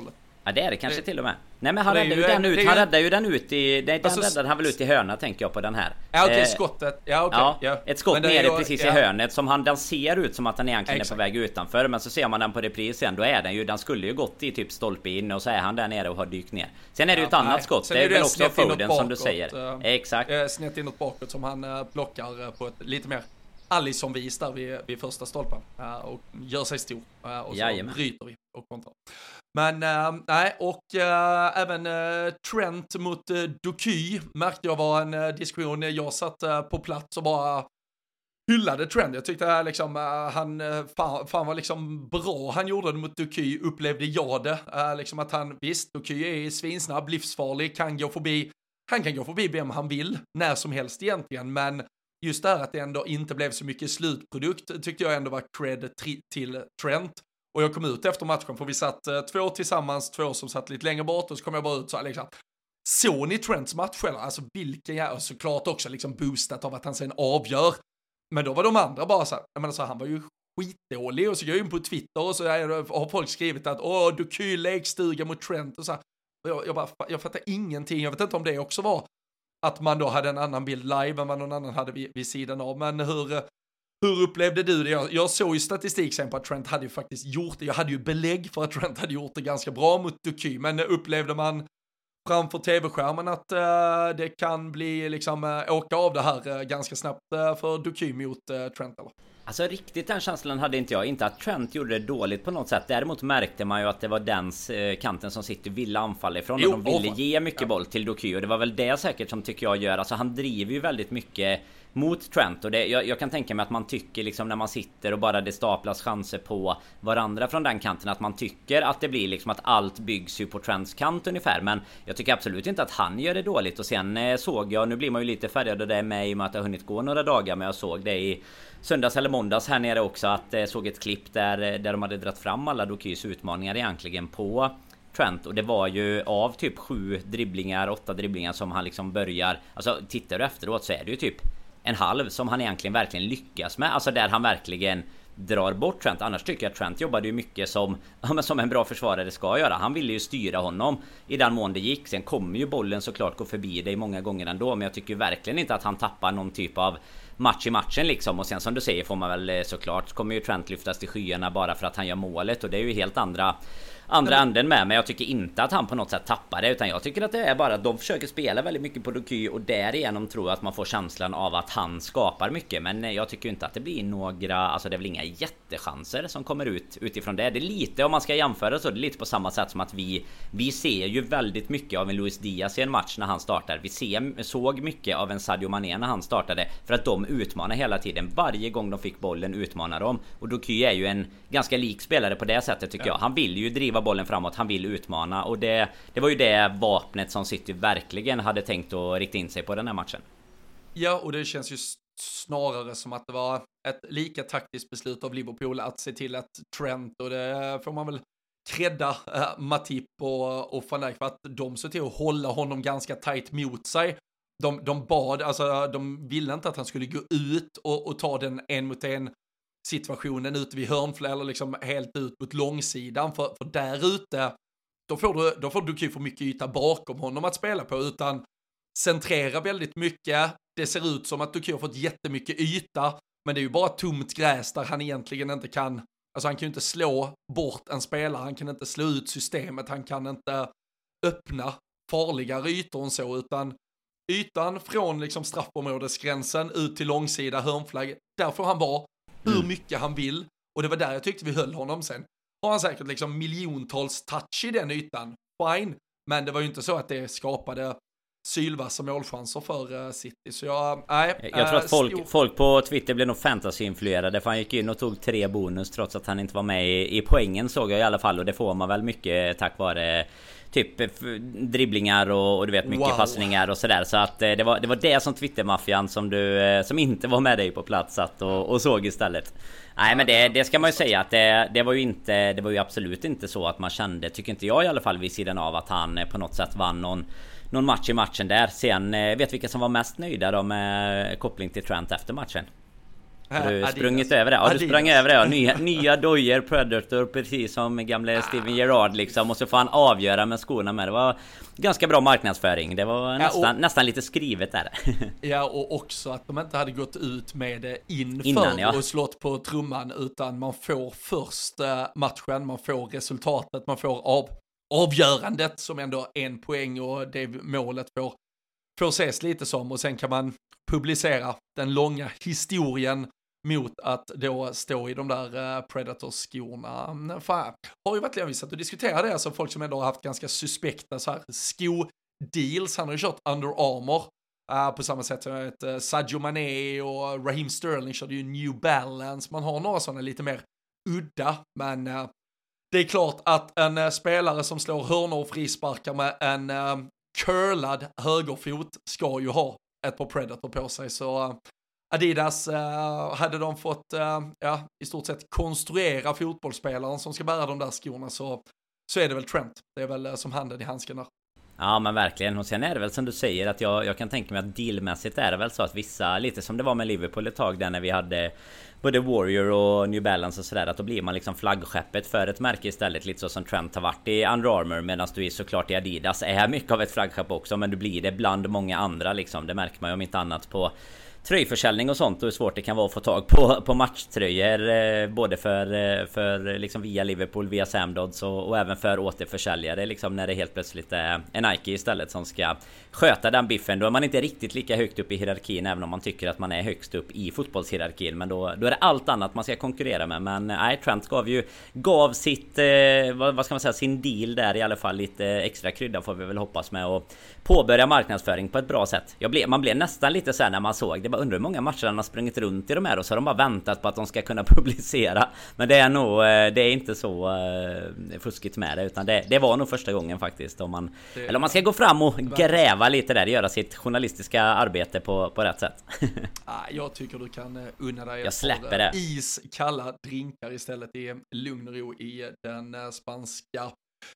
Ja, det är det kanske det, till och med. Nej, men han räddade ju den ut. Ju, han räddade ju den ut i... Nej, den alltså, räddade han väl ut i hörna, tänker jag på den här. Ja, okej, okay, eh, skottet. Ja, okej. Okay, ja, ja. Ett skott nere ju, precis ja. i hörnet som han... Den ser ut som att den egentligen Exakt. är på väg utanför. Men så ser man den på repris sen. Då är den ju... Den skulle ju gått i typ stolpe in. Och så är han där nere och har dykt ner. Sen är det ju ja, ett annat nej. skott. Sen det är väl också Foden som du säger. Uh, Exakt. Uh, snett inåt bakåt som han uh, plockar uh, på ett lite mer... Alisson-vis där vid, vid första stolpen uh, och gör sig stor uh, och så Jajamän. bryter vi och kontrar. Men uh, nej, och uh, även uh, Trent mot uh, Doku märkte jag var en uh, diskussion. Jag satt uh, på plats och bara hyllade Trent. Jag tyckte uh, liksom, uh, han uh, fan, fan var liksom bra han gjorde det mot Doku, upplevde jag det. Uh, liksom att han, visst, Doku är svinsnabb, livsfarlig, kan gå förbi, han kan gå förbi vem han vill, när som helst egentligen, men just där att det ändå inte blev så mycket slutprodukt tyckte jag ändå var cred tri- till Trent. Och jag kom ut efter matchen för vi satt eh, två tillsammans, två som satt lite längre bort och så kom jag bara ut så här liksom. Såg ni Trents match eller? Alltså vilken jag, såklart också liksom boostat av att han sen avgör. Men då var de andra bara så här, jag menar så han var ju skitdålig och så går jag in på Twitter och så har folk skrivit att åh, du kyl lekstuga mot Trent och så här. Och jag, jag bara, jag fattar ingenting, jag vet inte om det också var att man då hade en annan bild live än vad någon annan hade vid, vid sidan av. Men hur, hur upplevde du det? Jag, jag såg ju statistik sen på att Trent hade ju faktiskt gjort det. Jag hade ju belägg för att Trent hade gjort det ganska bra mot Doku. Men upplevde man framför tv-skärmen att uh, det kan bli liksom uh, åka av det här uh, ganska snabbt uh, för Doku mot uh, Trent eller? Alltså riktigt den känslan hade inte jag. Inte att Trent gjorde det dåligt på något sätt. Däremot märkte man ju att det var dens eh, kanten som City ville anfalla ifrån. Jo, och de ville ge mycket ja. boll till Doku. Och det var väl det säkert som tycker jag gör. Alltså han driver ju väldigt mycket mot Trent. Och det, jag, jag kan tänka mig att man tycker liksom när man sitter och bara det staplas chanser på varandra från den kanten. Att man tycker att det blir liksom att allt byggs ju på Trents kant ungefär. Men jag tycker absolut inte att han gör det dåligt. Och sen eh, såg jag, nu blir man ju lite färgad och det är med i och med att jag har hunnit gå några dagar. Men jag såg det i söndags eller måndags här nere också att jag såg ett klipp där, där de hade dratt fram alla Dokus utmaningar egentligen på Trent. Och det var ju av typ sju dribblingar, åtta dribblingar som han liksom börjar. Alltså tittar du efteråt så är det ju typ en halv som han egentligen verkligen lyckas med. Alltså där han verkligen drar bort Trent. Annars tycker jag att Trent jobbade ju mycket som, som en bra försvarare ska göra. Han ville ju styra honom i den mån det gick. Sen kommer ju bollen såklart gå förbi dig många gånger ändå. Men jag tycker verkligen inte att han tappar någon typ av match i matchen liksom. Och sen som du säger får man väl såklart kommer ju Trent lyftas till skyarna bara för att han gör målet. Och det är ju helt andra andra änden med. Men jag tycker inte att han på något sätt tappar det. Utan jag tycker att det är bara att de försöker spela väldigt mycket på Doku. Och därigenom tror jag att man får känslan av att han skapar mycket. Men jag tycker inte att det blir några, alltså det är väl inga jättechanser som kommer ut utifrån det. Det är lite, om man ska jämföra så, det är lite på samma sätt som att vi Vi ser ju väldigt mycket av en Luis Diaz i en match när han startar. Vi ser, såg mycket av en Sadio Mané när han startade. För att de utmanar hela tiden. Varje gång de fick bollen utmanar de. Och Doku är ju en ganska lik spelare på det sättet tycker ja. jag. Han vill ju driva bollen framåt, han vill utmana. Och det, det var ju det vapnet som City verkligen hade tänkt att rikta in sig på den här matchen. Ja, och det känns ju snarare som att det var ett lika taktiskt beslut av Liverpool att se till att Trent, och det får man väl kredda äh, Matip och, och Van Dijk för att de såg till att hålla honom ganska tajt mot sig. De, de bad, alltså de ville inte att han skulle gå ut och, och ta den en mot en situationen ute vid hörnflä eller liksom helt ut mot långsidan, för, för där ute då får du då får du ju få mycket yta bakom honom att spela på, utan centrera väldigt mycket. Det ser ut som att du har fått jättemycket yta, men det är ju bara tomt gräs där han egentligen inte kan, alltså han kan ju inte slå bort en spelare, han kan inte slå ut systemet, han kan inte öppna farligare ytor än så, utan ytan från liksom straffområdesgränsen ut till långsida hörnflagg, där får han vara hur mycket han vill. Och det var där jag tyckte vi höll honom. Sen har han säkert liksom miljontals touch i den ytan. Fine. Men det var ju inte så att det skapade sylvassa målchanser för uh, City. Så jag, nej. Jag tror att folk, stor... folk på Twitter blev nog fantasy-influerade. För han gick in och tog tre bonus trots att han inte var med i, i poängen, såg jag i alla fall. Och det får man väl mycket tack vare typ dribblingar och, och du vet mycket wow. passningar och sådär. Så att det var, det var det som Twitter-maffian som du som inte var med dig på plats att och, och såg istället. Nej, men det, det ska man ju säga att det, det var ju inte, det var ju absolut inte så att man kände, tycker inte jag i alla fall vid sidan av att han på något sätt vann någon någon match i matchen där. Sen vet vilka som var mest nöjda då med koppling till Trent efter matchen. Har du sprungit över det? Ja, du sprang över det. Ja. Nya, nya dojer, Predator, precis som gamle Steven Gerrard liksom. Och så får han avgöra med skorna med. Det var ganska bra marknadsföring. Det var nästan, ja, och, nästan lite skrivet där. Ja, och också att de inte hade gått ut med det inför Innan, ja. och slått på trumman, utan man får först matchen, man får resultatet, man får av, avgörandet som ändå en poäng och det målet får, får ses lite som, och sen kan man publicera den långa historien mot att då stå i de där uh, Predator-skorna. Fan, har ju varit envisat att diskutera det, alltså folk som ändå har haft ganska suspekta så här skodeals. Han har ju kört Under Armour uh, på samma sätt som ett uh, Sadio Mané och Raheem Sterling körde ju New Balance. Man har några sådana lite mer udda, men uh, det är klart att en uh, spelare som slår hörnor och frisparkar med en uh, curlad högerfot ska ju ha ett par Predator på sig, så uh, Adidas, uh, hade de fått uh, ja, i stort sett konstruera fotbollsspelaren som ska bära de där skorna, så, så är det väl Trent. Det är väl uh, som handen i handsken där. Ja, men verkligen. Och sen är det väl som du säger att jag, jag kan tänka mig att dealmässigt är det väl så att vissa, lite som det var med Liverpool ett tag där när vi hade både Warrior och New Balance och sådär, att då blir man liksom flaggskeppet för ett märke istället, lite så som Trent har varit i Under Armour, medan du är såklart i Adidas är mycket av ett flaggskepp också, men du blir det bland många andra liksom. Det märker man ju om inte annat på tröjförsäljning och sånt, och hur svårt det kan vara att få tag på, på matchtröjor eh, både för, eh, för liksom via Liverpool, via Sam Dodds och, och även för återförsäljare liksom, när det helt plötsligt är en Nike istället som ska sköta den biffen. Då är man inte riktigt lika högt upp i hierarkin, även om man tycker att man är högst upp i fotbollshierarkin, men då, då är det allt annat man ska konkurrera med. Men nej, Trent gav ju gav sitt eh, vad, vad ska man säga, sin deal där i alla fall lite extra krydda, får vi väl hoppas, med och påbörja marknadsföring på ett bra sätt. Jag blev, man blev nästan lite så här när man såg det. Jag undrar hur många matcher han har sprungit runt i de här, och så har de bara väntat på att de ska kunna publicera. Men det är nog, det är inte så uh, fuskigt med det, utan det, det var nog första gången faktiskt, om man, det, eller om man ska gå fram och gräva lite där, göra sitt journalistiska arbete på, på rätt sätt. Jag tycker du kan unna dig jag släpper det. Iskalla drinkar istället i lugn och ro i den spanska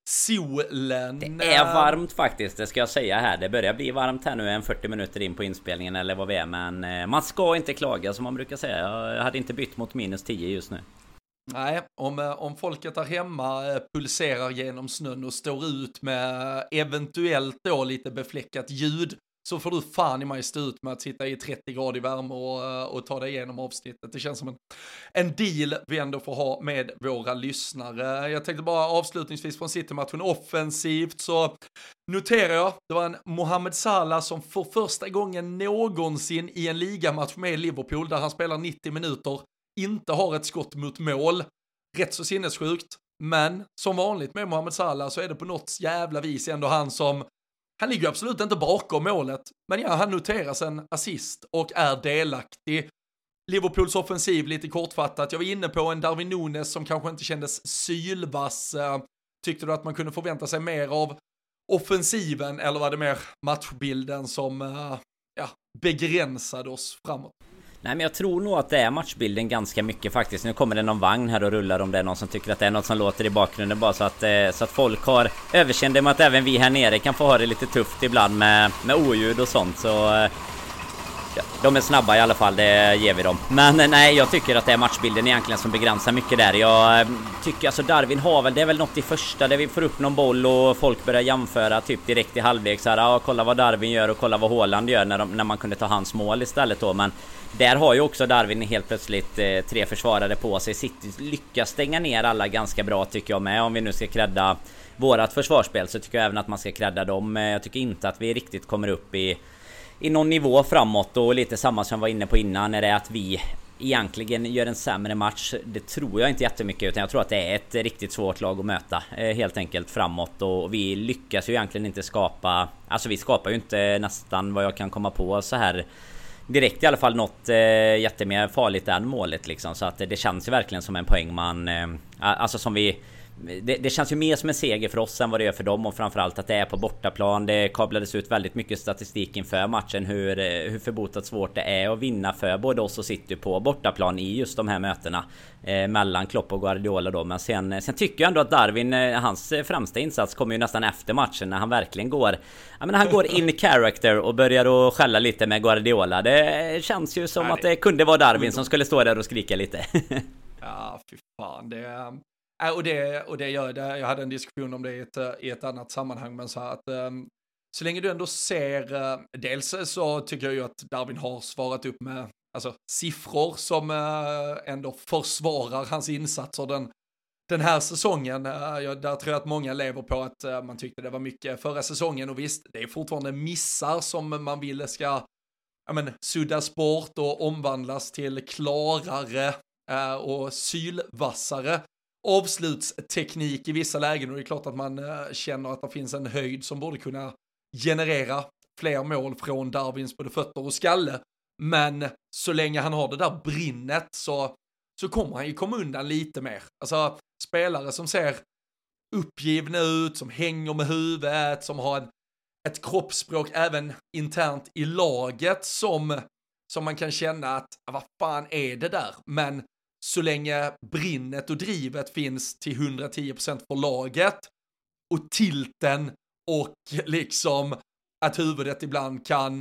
solen. Det är varmt faktiskt, det ska jag säga här. Det börjar bli varmt här nu, en fyrtio minuter in på inspelningen eller vad vi är, men man ska inte klaga som man brukar säga. Jag hade inte bytt mot minus tio just nu. Nej, om, om folket där hemma pulserar genom snön och står ut med eventuellt då lite befläckat ljud, så får du fan i mig stå ut med att sitta i trettio grader värme och, och ta dig igenom avsnittet. Det känns som en, en deal vi ändå får ha med våra lyssnare. Jag tänkte bara avslutningsvis från City-matchen offensivt, så noterar jag, det var en Mohamed Salah som för första gången någonsin i en ligamatch med Liverpool, där han spelar nittio minuter, inte har ett skott mot mål. Rätt så sinnessjukt, men som vanligt med Mohamed Salah så är det på något jävla vis ändå han som, han ligger absolut inte bakom målet, men ja, han noteras en assist och är delaktig. Liverpools offensiv lite kortfattat. Jag var inne på en Darwin Núñez som kanske inte kändes sylvass. Tyckte du att man kunde förvänta sig mer av offensiven, eller var det mer matchbilden som ja, begränsade oss framåt? Nej, men jag tror nog att det är matchbilden ganska mycket faktiskt. Nu kommer det någon vagn här och rullar, om det är någon som tycker att det är något som låter i bakgrunden, bara så att, så att folk har överseende med att även vi här nere kan få ha det lite tufft ibland med, med oljud och sånt. Så ja, de är snabba i alla fall, det ger vi dem. Men nej, jag tycker att det är matchbilden egentligen som begränsar mycket där. Jag tycker alltså Darwin har väl, det är väl något i första där vi får upp någon boll och folk börjar jämföra typ direkt i halvlek så här, ja, kolla vad Darwin gör och kolla vad Haaland gör, när, de, när man kunde ta hans mål istället då. Men där har ju också Darwin helt plötsligt eh, tre försvarare på sig. City lyckas stänga ner alla ganska bra tycker jag med. Om vi nu ska kredda vårat försvarsspel, så tycker jag även att man ska kredda dem. Jag tycker inte att vi riktigt kommer upp i i någon nivå framåt, och lite samma som jag var inne på innan, är det att vi egentligen gör en sämre match. Det tror jag inte jättemycket, utan jag tror att det är ett riktigt svårt lag att möta helt enkelt framåt, och vi lyckas ju egentligen inte skapa, alltså vi skapar ju inte nästan vad jag kan komma på så här direkt i alla fall något eh, jättemer farligt än målet liksom, så att det, det känns ju verkligen som en poäng man eh, alltså som vi det, det känns ju mer som en seger för oss än vad det gör för dem, och framförallt att det är på bortaplan. Det kablades ut väldigt mycket statistik inför matchen hur, hur förbotat svårt det är att vinna för både oss och City på bortaplan i just de här mötena eh, mellan Klopp och Guardiola då. Men sen, sen tycker jag ändå att Darwin, hans främsta insats kommer ju nästan efter matchen, när han verkligen går, jag menar, han går in character och börjar att skälla lite med Guardiola. Det känns ju som Nej, att det kunde vara Darwin som skulle stå där och skrika lite. Ja, fy fan. Det, äh, och, det, och det gör det. Jag hade en diskussion om det i ett, i ett annat sammanhang, men så att um, så länge du ändå ser, uh, dels så tycker jag ju att Darwin har svarat upp med alltså, siffror som uh, ändå försvarar hans insatser den, den här säsongen. Uh, jag, där tror jag att många lever på att uh, man tyckte det var mycket förra säsongen, och visst, det är fortfarande missar som man ville ska ja, men, suddas bort och omvandlas till klarare uh, och sylvassare avslutsteknik i vissa lägen, och det är klart att man uh, känner att det finns en höjd som borde kunna generera fler mål från Darwins både fötter och skalle, men så länge han har det där brinnet så, så kommer han ju komma undan lite mer. Alltså spelare som ser uppgivna ut, som hänger med huvudet, som har en, ett kroppsspråk även internt i laget som, som man kan känna att vad fan är det där? Men så länge brinnet och drivet finns till hundratio procent för laget och tilten och liksom att huvudet ibland kan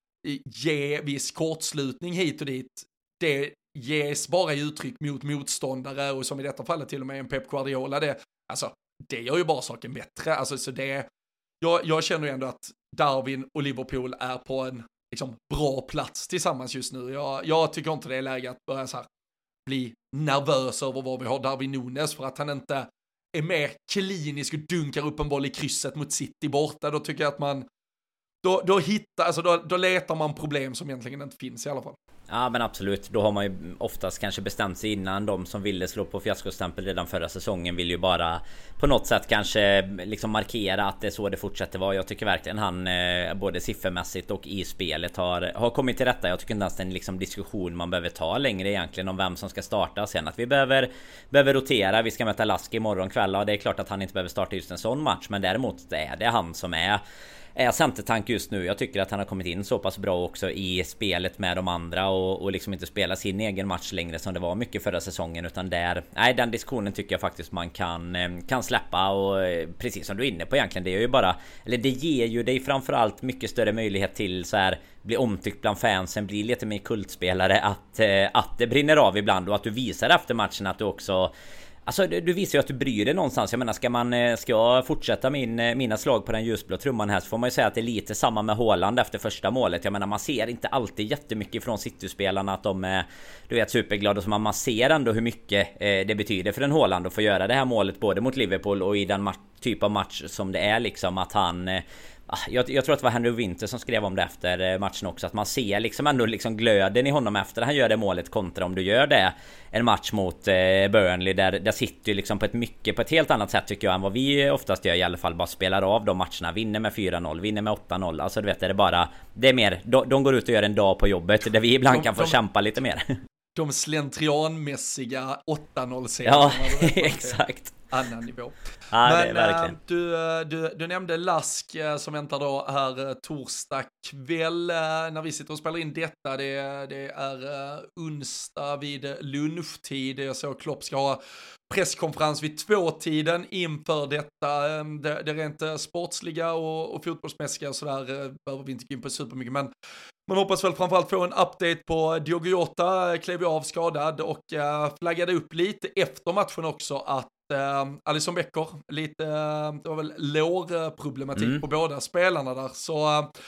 ge viss kortslutning hit och dit, det ges bara i uttryck mot motståndare, och som i detta fallet till och med en Pep Guardiola, det, alltså, det gör ju bara saken bättre. Alltså, så det, jag, jag känner ju ändå att Darwin och Liverpool är på en liksom, bra plats tillsammans just nu. Jag, jag tycker inte det är läge att börja så här, bli nervös över vad vi har Darwin Núñez, för att han inte är mer klinisk och dunkar upp en boll i krysset mot City borta. Då tycker jag att man Då, då, hittar, alltså då, då letar man problem som egentligen inte finns i alla fall. Ja, men absolut. Då har man ju oftast kanske bestämt sig innan. De som ville slå på fiaskostämpel redan förra säsongen vill ju bara på något sätt kanske liksom markera att det är så det fortsätter vara. Jag tycker verkligen han eh, både siffermässigt och i spelet har, har kommit till rätta. Jag tycker inte ens det är en liksom diskussion man behöver ta längre egentligen om vem som ska starta. Sen att vi behöver, behöver rotera. Vi ska möta Lask imorgon kväll, och det är klart att han inte behöver starta just en sån match. Men däremot är det han som är är centertank just nu. Jag tycker att han har kommit in så pass bra också i spelet med de andra, och, och liksom inte spela sin egen match längre som det var mycket förra säsongen, utan där, nej, den diskussionen tycker jag faktiskt man kan, kan släppa. Och precis som du är inne på egentligen, det är ju bara, eller det ger ju dig framförallt mycket större möjlighet till så här, bli omtyckt bland fansen, bli lite mer kultspelare, att, att det brinner av ibland, och att du visar efter matchen att du också, alltså du visar ju att du bryr dig någonstans. Jag menar, ska man ska jag fortsätta min, mina slag på den ljusblå trumman här, så får man ju säga att det är lite samma med Haaland efter första målet. Jag menar, man ser inte alltid jättemycket från City-spelarna att de är, du vet, superglada, så man, man ser ändå hur mycket eh, det betyder för en Haaland att få göra det här målet både mot Liverpool och i den ma- typ av match som det är, liksom att han eh, Jag, jag tror att det var Henry Winter som skrev om det efter matchen också, att man ser liksom ändå liksom glöden i honom efter han gör det målet, kontra om du gör det en match mot eh, Burnley där, där sitter ju liksom på ett mycket på ett helt annat sätt tycker jag än vad vi oftast gör, i alla fall bara spelar av de matcherna, vinner med fyra noll, vinner med åtta noll, alltså du vet, är det bara, det är mer, de, de går ut och gör en dag på jobbet där vi ibland de, kan få de, kämpa lite mer. De slentrianmässiga åtta noll-serierna. Ja, exakt. Annan nivå. Ja, men det är verkligen. Du, du, du nämnde Lask som väntar då här torsdag kväll när vi sitter och spelar in detta. Det, det är onsdag vid lunchtid. Jag såg Klopp ska ha presskonferens vid tvåtiden inför detta. Det, det rent sportsliga och, och fotbollsmässiga så där behöver vi inte gå in på supermycket, men man hoppas väl framförallt få en update på Diogo Jota, klev av skadad och flaggade upp lite efter matchen också att Uh, Alisson Becker, lite, uh, det var väl lårproblematik mm. på båda spelarna där, så uh,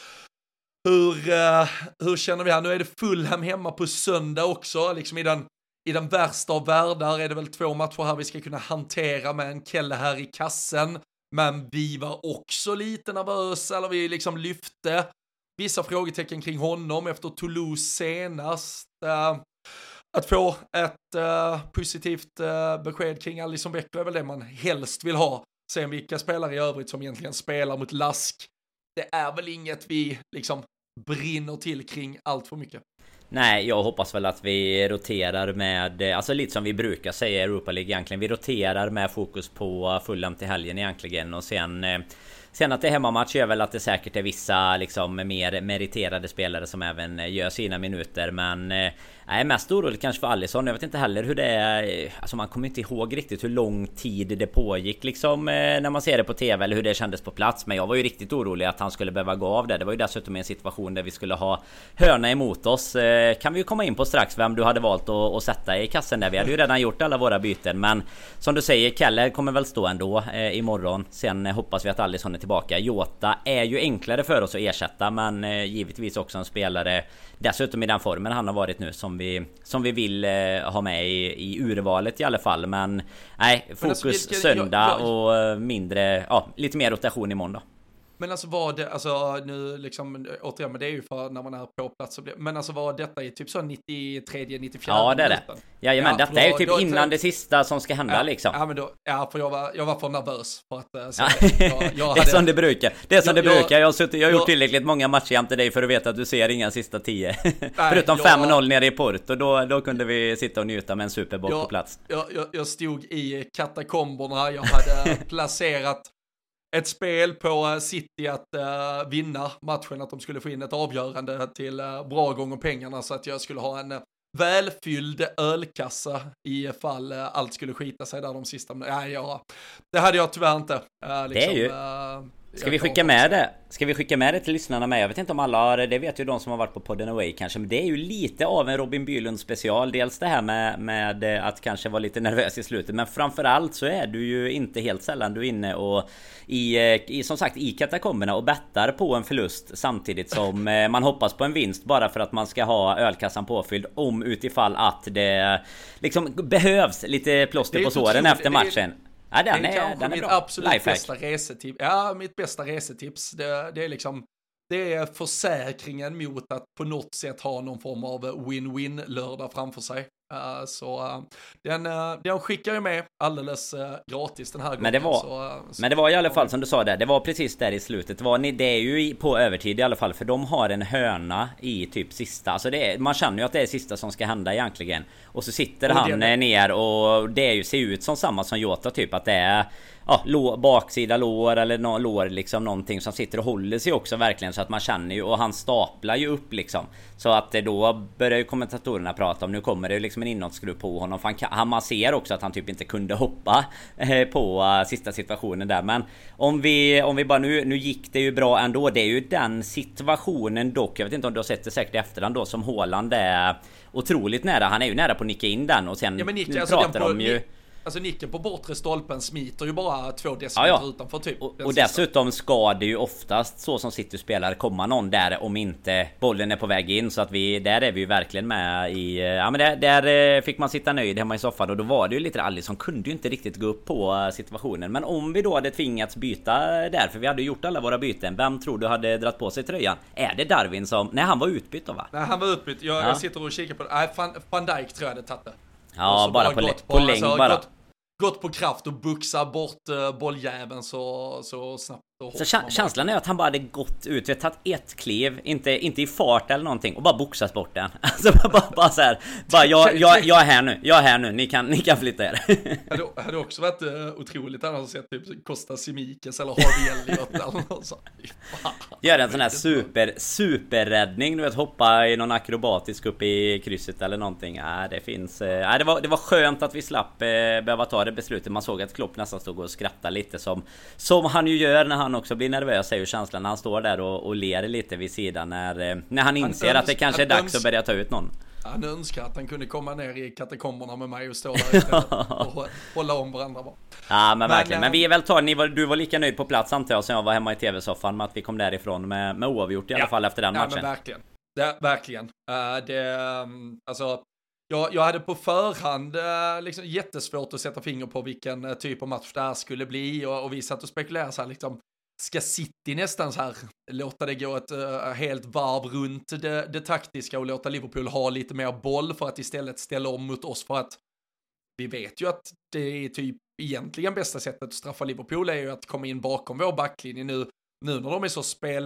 hur, uh, hur känner vi här? Nu är det Fulham hemma på söndag också, liksom i den, i den värsta av världar är det väl två matcher här vi ska kunna hantera med en Kelle här i kassen, men vi var också lite nervösa, eller vi liksom lyfte vissa frågetecken kring honom efter Toulouse senast. Uh, Att få ett uh, positivt uh, besked kring Alisson Becker är väl det man helst vill ha. Sen vilka spelare i övrigt som egentligen spelar mot Lask, det är väl inget vi liksom brinner till kring allt för mycket. Nej, jag hoppas väl att vi roterar med, alltså lite som vi brukar säga i Europa League egentligen. Vi roterar med fokus på Fulham till helgen egentligen. Och sen, sen att det är hemmamatch gör väl att det säkert är vissa liksom mer meriterade spelare som även gör sina minuter. Men jag är mest orolig kanske för Alisson. Jag vet inte heller hur det är. Alltså man kommer inte ihåg riktigt hur lång tid det pågick liksom när man ser det på tv eller hur det kändes på plats. Men jag var ju riktigt orolig att han skulle behöva gå av det. Det var ju dessutom en situation där vi skulle ha hörna emot oss. Kan vi ju komma in på strax vem du hade valt att, att sätta i kassen där. Vi hade ju redan gjort alla våra byten. Men som du säger, Keller kommer väl stå ändå eh, imorgon. Sen hoppas vi att Alisson är tillbaka. Jota är ju enklare för oss att ersätta. Men eh, givetvis också en spelare dessutom i den formen han har varit nu som vi, som vi vill eh, ha med i, i urvalet i alla fall. Men nej, fokus men alltså, vilken, söndag jag, jag, och mindre, ja, lite mer rotation imorgon då. Men alltså var det, alltså nu liksom, återigen, men det är ju för när man är på plats så blir, men alltså var detta i typ så nittiotre nittiofyra? Ja, det är det. Jajamän, ja, detta är ju typ då, innan för, det sista som ska hända ja, liksom. Ja, men då, ja, för jag var, jag var för nervös för att så, ja. jag, jag hade, det är som det brukar. Det är som jag, det brukar. Jag har, suttit, jag har jag, gjort tillräckligt många matcher jämte dig för att veta att du ser inga sista tio. Nej, Förutom jag, fem noll nere i Porto, då, då kunde vi sitta och njuta med en superboll på plats. Jag, jag, jag stod i katakomberna, jag hade placerat ett spel på City att uh, vinna matchen, att de skulle få in ett avgörande till uh, bra gång och pengarna så att jag skulle ha en uh, välfylld ölkassa i fall uh, allt skulle skita sig där de sista. Nej, ja, det hade jag tyvärr inte. Uh, liksom, det är ju... Uh, Ska vi skicka med det? Ska vi skicka med det till lyssnarna med? Jag vet inte om alla har, det vet ju de som har varit på podden Away kanske. Men det är ju lite av en Robin Bylund special. Dels det här med, med att kanske vara lite nervös i slutet. Men framförallt så är du ju inte helt sällan du är inne och i, i, som sagt i katakomberna och bettar på en förlust. Samtidigt som man hoppas på en vinst bara för att man ska ha ölkassan påfylld. Om utifall att det liksom behövs lite plåster på såren efter matchen. Ja, den det är, är, den är mitt bra. absolut Lifehack. bästa resetips. Ja, mitt bästa resetips. Det, det är liksom, det är försäkringen mot att på något sätt ha någon form av win-win lördag framför sig. Uh, så uh, den, uh, den skickar ju med alldeles uh, gratis den här gången. Men det var, så, uh, så, men det var i alla fall som du sa där. Det var precis där i slutet. Det, var, det är ju på övertid i alla fall. För de har en hörna i typ sista. Alltså det är, man känner ju att det är sista som ska hända egentligen. Och så sitter och han det, ner och det är ju, ser ut som samma som Jota typ. Att det är ja, lår, baksida lår eller no, lår liksom någonting som sitter och håller sig också verkligen. Så att man känner ju, och han staplar ju upp liksom. Så att då börjar ju kommentatorerna prata om, nu kommer det liksom en inåtskruv på honom. Han, han, man ser också att han typ inte kunde hoppa eh, på uh, sista situationen där. Men om vi, om vi bara nu, nu gick det ju bra ändå. Det är ju den situationen dock. Jag vet inte om du har sett det säkert i efterhand då, som Haaland är otroligt nära. Han är ju nära på att nicka in den. Och sen ja, men Nick, pratar alltså, de ju... Alltså nicken på bortre stolpen smiter ju bara två decimeter ja, ja. utanför typ. Och, och dessutom ska det ju oftast, så som City spelar, komma någon där om inte bollen är på väg in. Så att vi, där är vi ju verkligen med i... Ja men där, där fick man sitta nöjd hemma i soffan. Och då var det ju lite Alisson kunde ju inte riktigt gå upp på situationen. Men om vi då hade tvingats byta där, för vi hade gjort alla våra byten. Vem tror du hade dratt på sig tröjan? Är det Darwin som... Nej, han var utbytt då va? Nej, han var utbytt. Jag, ja. jag sitter och kikar på det. Nej, Van, Van Dijk tror jag hade tagit det. Ja, bara, bara på, på, på längd alltså, bara. Gått, gått på kraft och buxa bort uh, bolljäveln så, så snabbt. Så kä- känslan är att han bara hade gått ut, vi har tagit ett kliv, inte, inte i fart eller någonting, och bara boxat bort den. Alltså bara, bara så här, bara jag, jag, jag är här nu, jag är här nu, ni kan, ni kan flytta er. Hade, hade också varit uh, otroligt annars att se typ Costa Simikes eller Harvey Elliott eller något sånt. Gör en sån här super, superräddning, du vet, hoppa i någon akrobatisk upp i krysset eller någonting. Ja, det finns, uh, ja, det, var, det var skönt att vi slapp uh, behöva ta det beslutet. Man såg att Klopp nästan stod och skrattade lite som, som han ju gör när han också blir nervös, är ju känslan när han står där och, och ler lite vid sidan när, när han inser han öns- att det kanske är dags öns- att börja ta ut någon. Han önskar att han kunde komma ner i katakomberna med mig och stå där istället och hålla om varandra bara. Ja men, men verkligen, men vi är väl tar, ni var, du var lika nöjd på plats antar jag som jag var hemma i tv-soffan med att vi kom därifrån med, med oavgjort i alla ja. fall efter den matchen. Ja men verkligen, det, verkligen. Uh, det, um, alltså Jag, jag hade på förhand eh, liksom jättesvårt att sätta finger på vilken eh, typ av match det här skulle bli. Och, och vi satt och spekulerade så här, liksom, ska City nästan så här låta det gå ett uh, helt varv runt det, det taktiska och låta Liverpool ha lite mer boll för att istället ställa om mot oss, för att vi vet ju att det är typ egentligen bästa sättet att straffa Liverpool är ju att komma in bakom vår backlinje nu, nu när de är så spel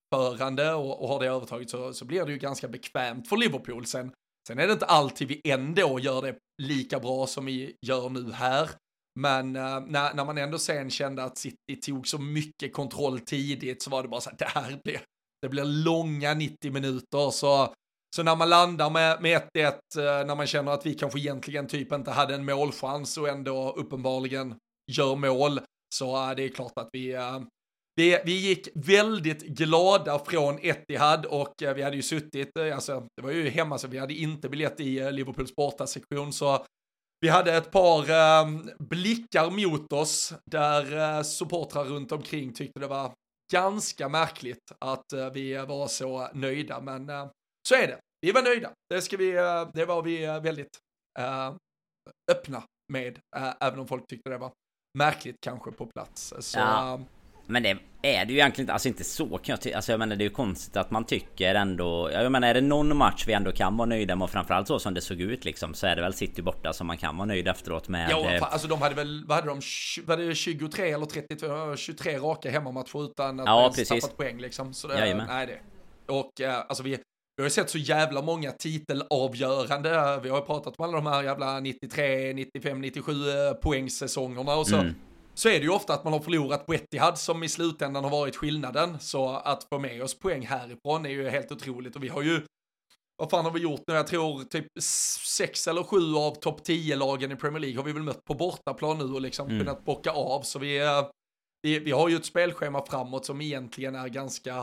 spelförande och, och har det övertaget så, så blir det ju ganska bekvämt för Liverpool. Sen, sen är det inte alltid vi ändå gör det lika bra som vi gör nu här. Men uh, när, när man ändå sen kände att City tog så mycket kontroll tidigt så var det bara så att det här blir, det blir långa nittio minuter. Så, så när man landar med, med ett ett, uh, när man känner att vi kanske egentligen typ inte hade en målchans och ändå uppenbarligen gör mål, så uh, det är klart att vi, uh, vi, vi gick väldigt glada från Etihad och uh, vi hade ju suttit, uh, alltså det var ju hemma så vi hade inte biljett i uh, Liverpools bortasektion, så vi hade ett par uh, blickar mot oss där uh, supportrar runt omkring tyckte det var ganska märkligt att uh, vi var så nöjda, men uh, så är det. Vi var nöjda. Det, ska vi, uh, det var vi uh, väldigt uh, öppna med, uh, även om folk tyckte det var märkligt kanske på plats. Så, ja. uh, Men det är det ju egentligen inte, alltså inte så kan jag ty- alltså jag menar det är ju konstigt att man tycker ändå, jag menar är det någon match vi ändå kan vara nöjda med och framförallt så som det såg ut liksom, så är det väl City borta som man kan vara nöjd efteråt med. Ja, alltså de hade väl, vad hade de, var det tjugotre eller trettiotvå, tjugotre raka hemmamatcher utan att ja, ens tappat poäng liksom. Så det, nej det. Och uh, alltså vi Vi har ju sett så jävla många titelavgörande. Vi har ju pratat om alla de här jävla nittiotre, nittiofem, nittiosju poängsäsongerna och så. Mm. Så är det ju ofta att man har förlorat på Etihad som i slutändan har varit skillnaden. Så att få med oss poäng härifrån är ju helt otroligt. Och vi har ju, vad fan har vi gjort nu? Jag tror typ sex eller sju av topp tio-lagen i Premier League har vi väl mött på bortaplan nu och liksom mm. kunnat bocka av. Så vi, vi, vi har ju ett spelschema framåt som egentligen är ganska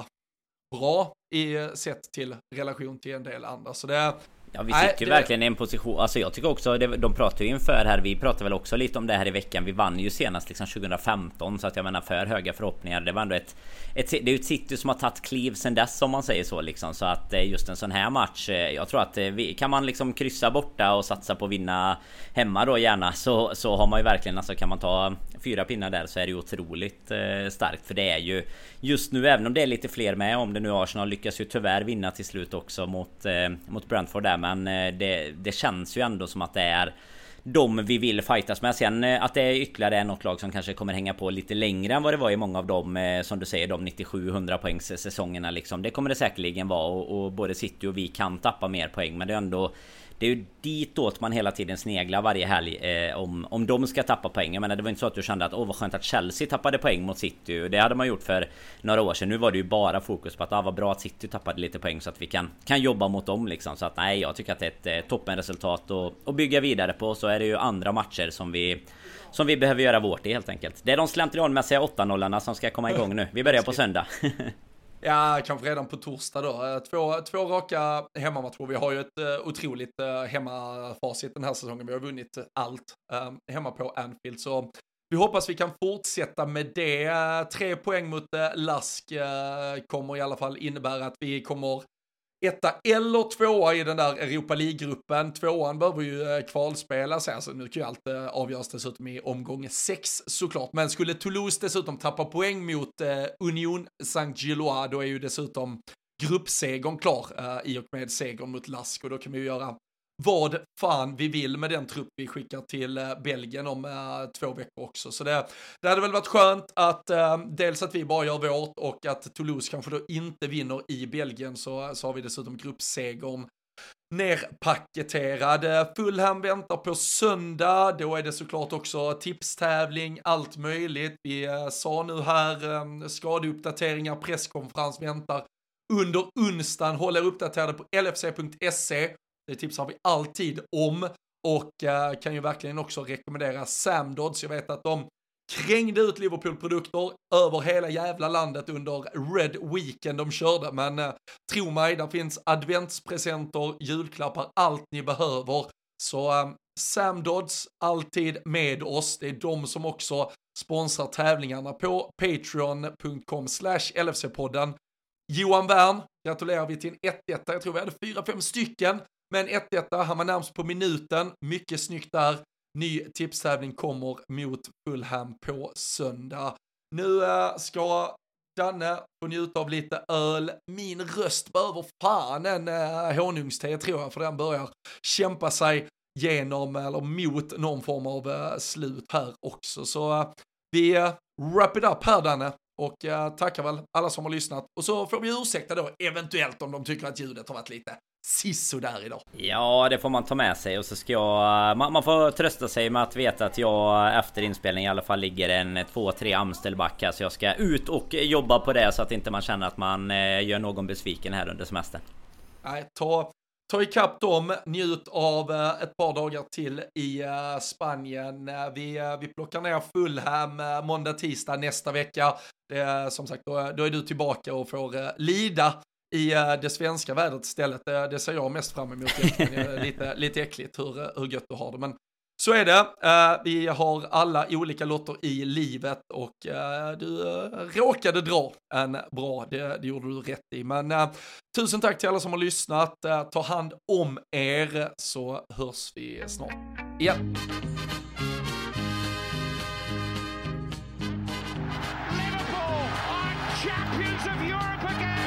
bra i sett till relation till en del andra. Så det, ja, vi sitter ju det... verkligen i en position. Alltså jag tycker också, det, de pratar ju inför här, vi pratar väl också lite om det här i veckan. Vi vann ju senast liksom tjugohundrafemton, så att jag menar för höga förhoppningar. Det var ändå ett, ett det är ju ett City som har tagit kliv sen dess, om man säger så liksom. Så att just en sån här match, jag tror att vi, kan man liksom kryssa borta och satsa på att vinna hemma då gärna, så, så har man ju verkligen, alltså kan man ta fyra pinnar där så är det ju otroligt eh, starkt. För det är ju just nu, även om det är lite fler med, om det nu Arsenal lyckas ju tyvärr vinna till slut också mot, eh, mot Brentford där, men eh, det, det känns ju ändå som att det är de vi vill fightas med. Sen eh, att det är ytterligare något lag som kanske kommer hänga på lite längre än vad det var i många av dem, eh, som du säger, de nittiosju hundra poängs säsongerna liksom. Det kommer det säkerligen vara, och, och både City och vi kan tappa mer poäng, men det är ändå, det är ju ditåt man hela tiden sneglar varje helg, eh, om, om de ska tappa poäng. Jag menar, det var inte så att du kände att åh vad skönt att Chelsea tappade poäng mot City. Det hade man gjort för några år sedan. Nu var det ju bara fokus på att ah, vad bra att City tappade lite poäng så att vi kan, kan jobba mot dem liksom. Så att nej, jag tycker att det är ett eh, toppenresultat att, att bygga vidare på. Så är det ju andra matcher som vi, som vi behöver göra vårt i helt enkelt. Det är de slentrianmässiga åtta noll som ska komma igång nu. Vi börjar på söndag. Ja, kanske redan på torsdag då. Två, två raka hemmamatcher. Vi har ju ett uh, otroligt uh, hemmafacit den här säsongen. Vi har vunnit allt uh, hemma på Anfield. Så vi hoppas vi kan fortsätta med det. Tre poäng mot uh, Lask uh, kommer i alla fall innebära att vi kommer etta eller tvåa i den där Europa League-gruppen. Tvåan behöver ju kvalspelas. Alltså, nu kan ju allt eh, avgöras dessutom i omgång sex såklart. Men skulle Toulouse dessutom tappa poäng mot eh, Union Saint-Gilloise, då är ju dessutom gruppsegern klar eh, i och med segern mot Lask. Och då kan vi ju göra vad fan vi vill med den trupp vi skickar till eh, Belgien om eh, två veckor också. Så det, det hade väl varit skönt att eh, dels att vi bara gör vårt och att Toulouse kanske då inte vinner i Belgien, så, så har vi dessutom gruppsegern nerpaketerad. Fulham väntar på söndag, då är det såklart också tipstävling, allt möjligt. Vi eh, sa nu här, eh, skadeuppdateringar, presskonferens väntar under onsdagen. Håll er uppdaterade på L F C punkt se. Det tipsar vi alltid om, och uh, kan ju verkligen också rekommendera Sam Dodds. Jag vet att de krängde ut Liverpool-produkter över hela jävla landet under Red Weekend de körde, men uh, tro mig, där finns adventspresenter, julklappar, allt ni behöver. Så uh, Sam Dodds, alltid med oss. Det är de som också sponsrar tävlingarna på patreon punkt com slash L F C-podden. Johan Wern, gratulerar vi till en ett ett. Jag tror vi hade fyra fem stycken. Men ett ett, han var närmast på minuten. Mycket snyggt där. Ny tipstävling kommer mot Fulham på söndag. Nu äh, ska Danne få njuta av lite öl. Min röst behöver fan en äh, honungste, tror jag. För den börjar kämpa sig genom eller mot någon form av äh, slut här också. Så äh, vi äh, wrap it up här, Danne. och uh, tackar väl alla som har lyssnat. Och så får vi ursäkta då eventuellt om de tycker att ljudet har varit lite sisso där idag. Ja, det får man ta med sig. Och så ska jag... Man, man får trösta sig med att veta att jag efter inspelning i alla fall ligger en två, tre Amstelbackar. Så jag ska ut och jobba på det så att inte man känner att man eh, gör någon besviken här under semestern. Nej, ta... Ta ikapp dem, njut av uh, ett par dagar till i uh, Spanien. Uh, vi, uh, vi plockar ner Fulham uh, måndag, tisdag nästa vecka. Det, uh, som sagt, då, då är du tillbaka och får uh, lida i uh, det svenska vädret istället. Uh, det ser jag mest fram emot. uh, lite, lite äckligt hur, uh, hur gött du har det. Men så är det. Uh, vi har alla olika lotter i livet och uh, du uh, råkade dra en bra, det, det gjorde du rätt i. Men uh, tusen tack till alla som har lyssnat. Uh, ta hand om er så hörs vi snart igen. Liverpool are champions of Europe again.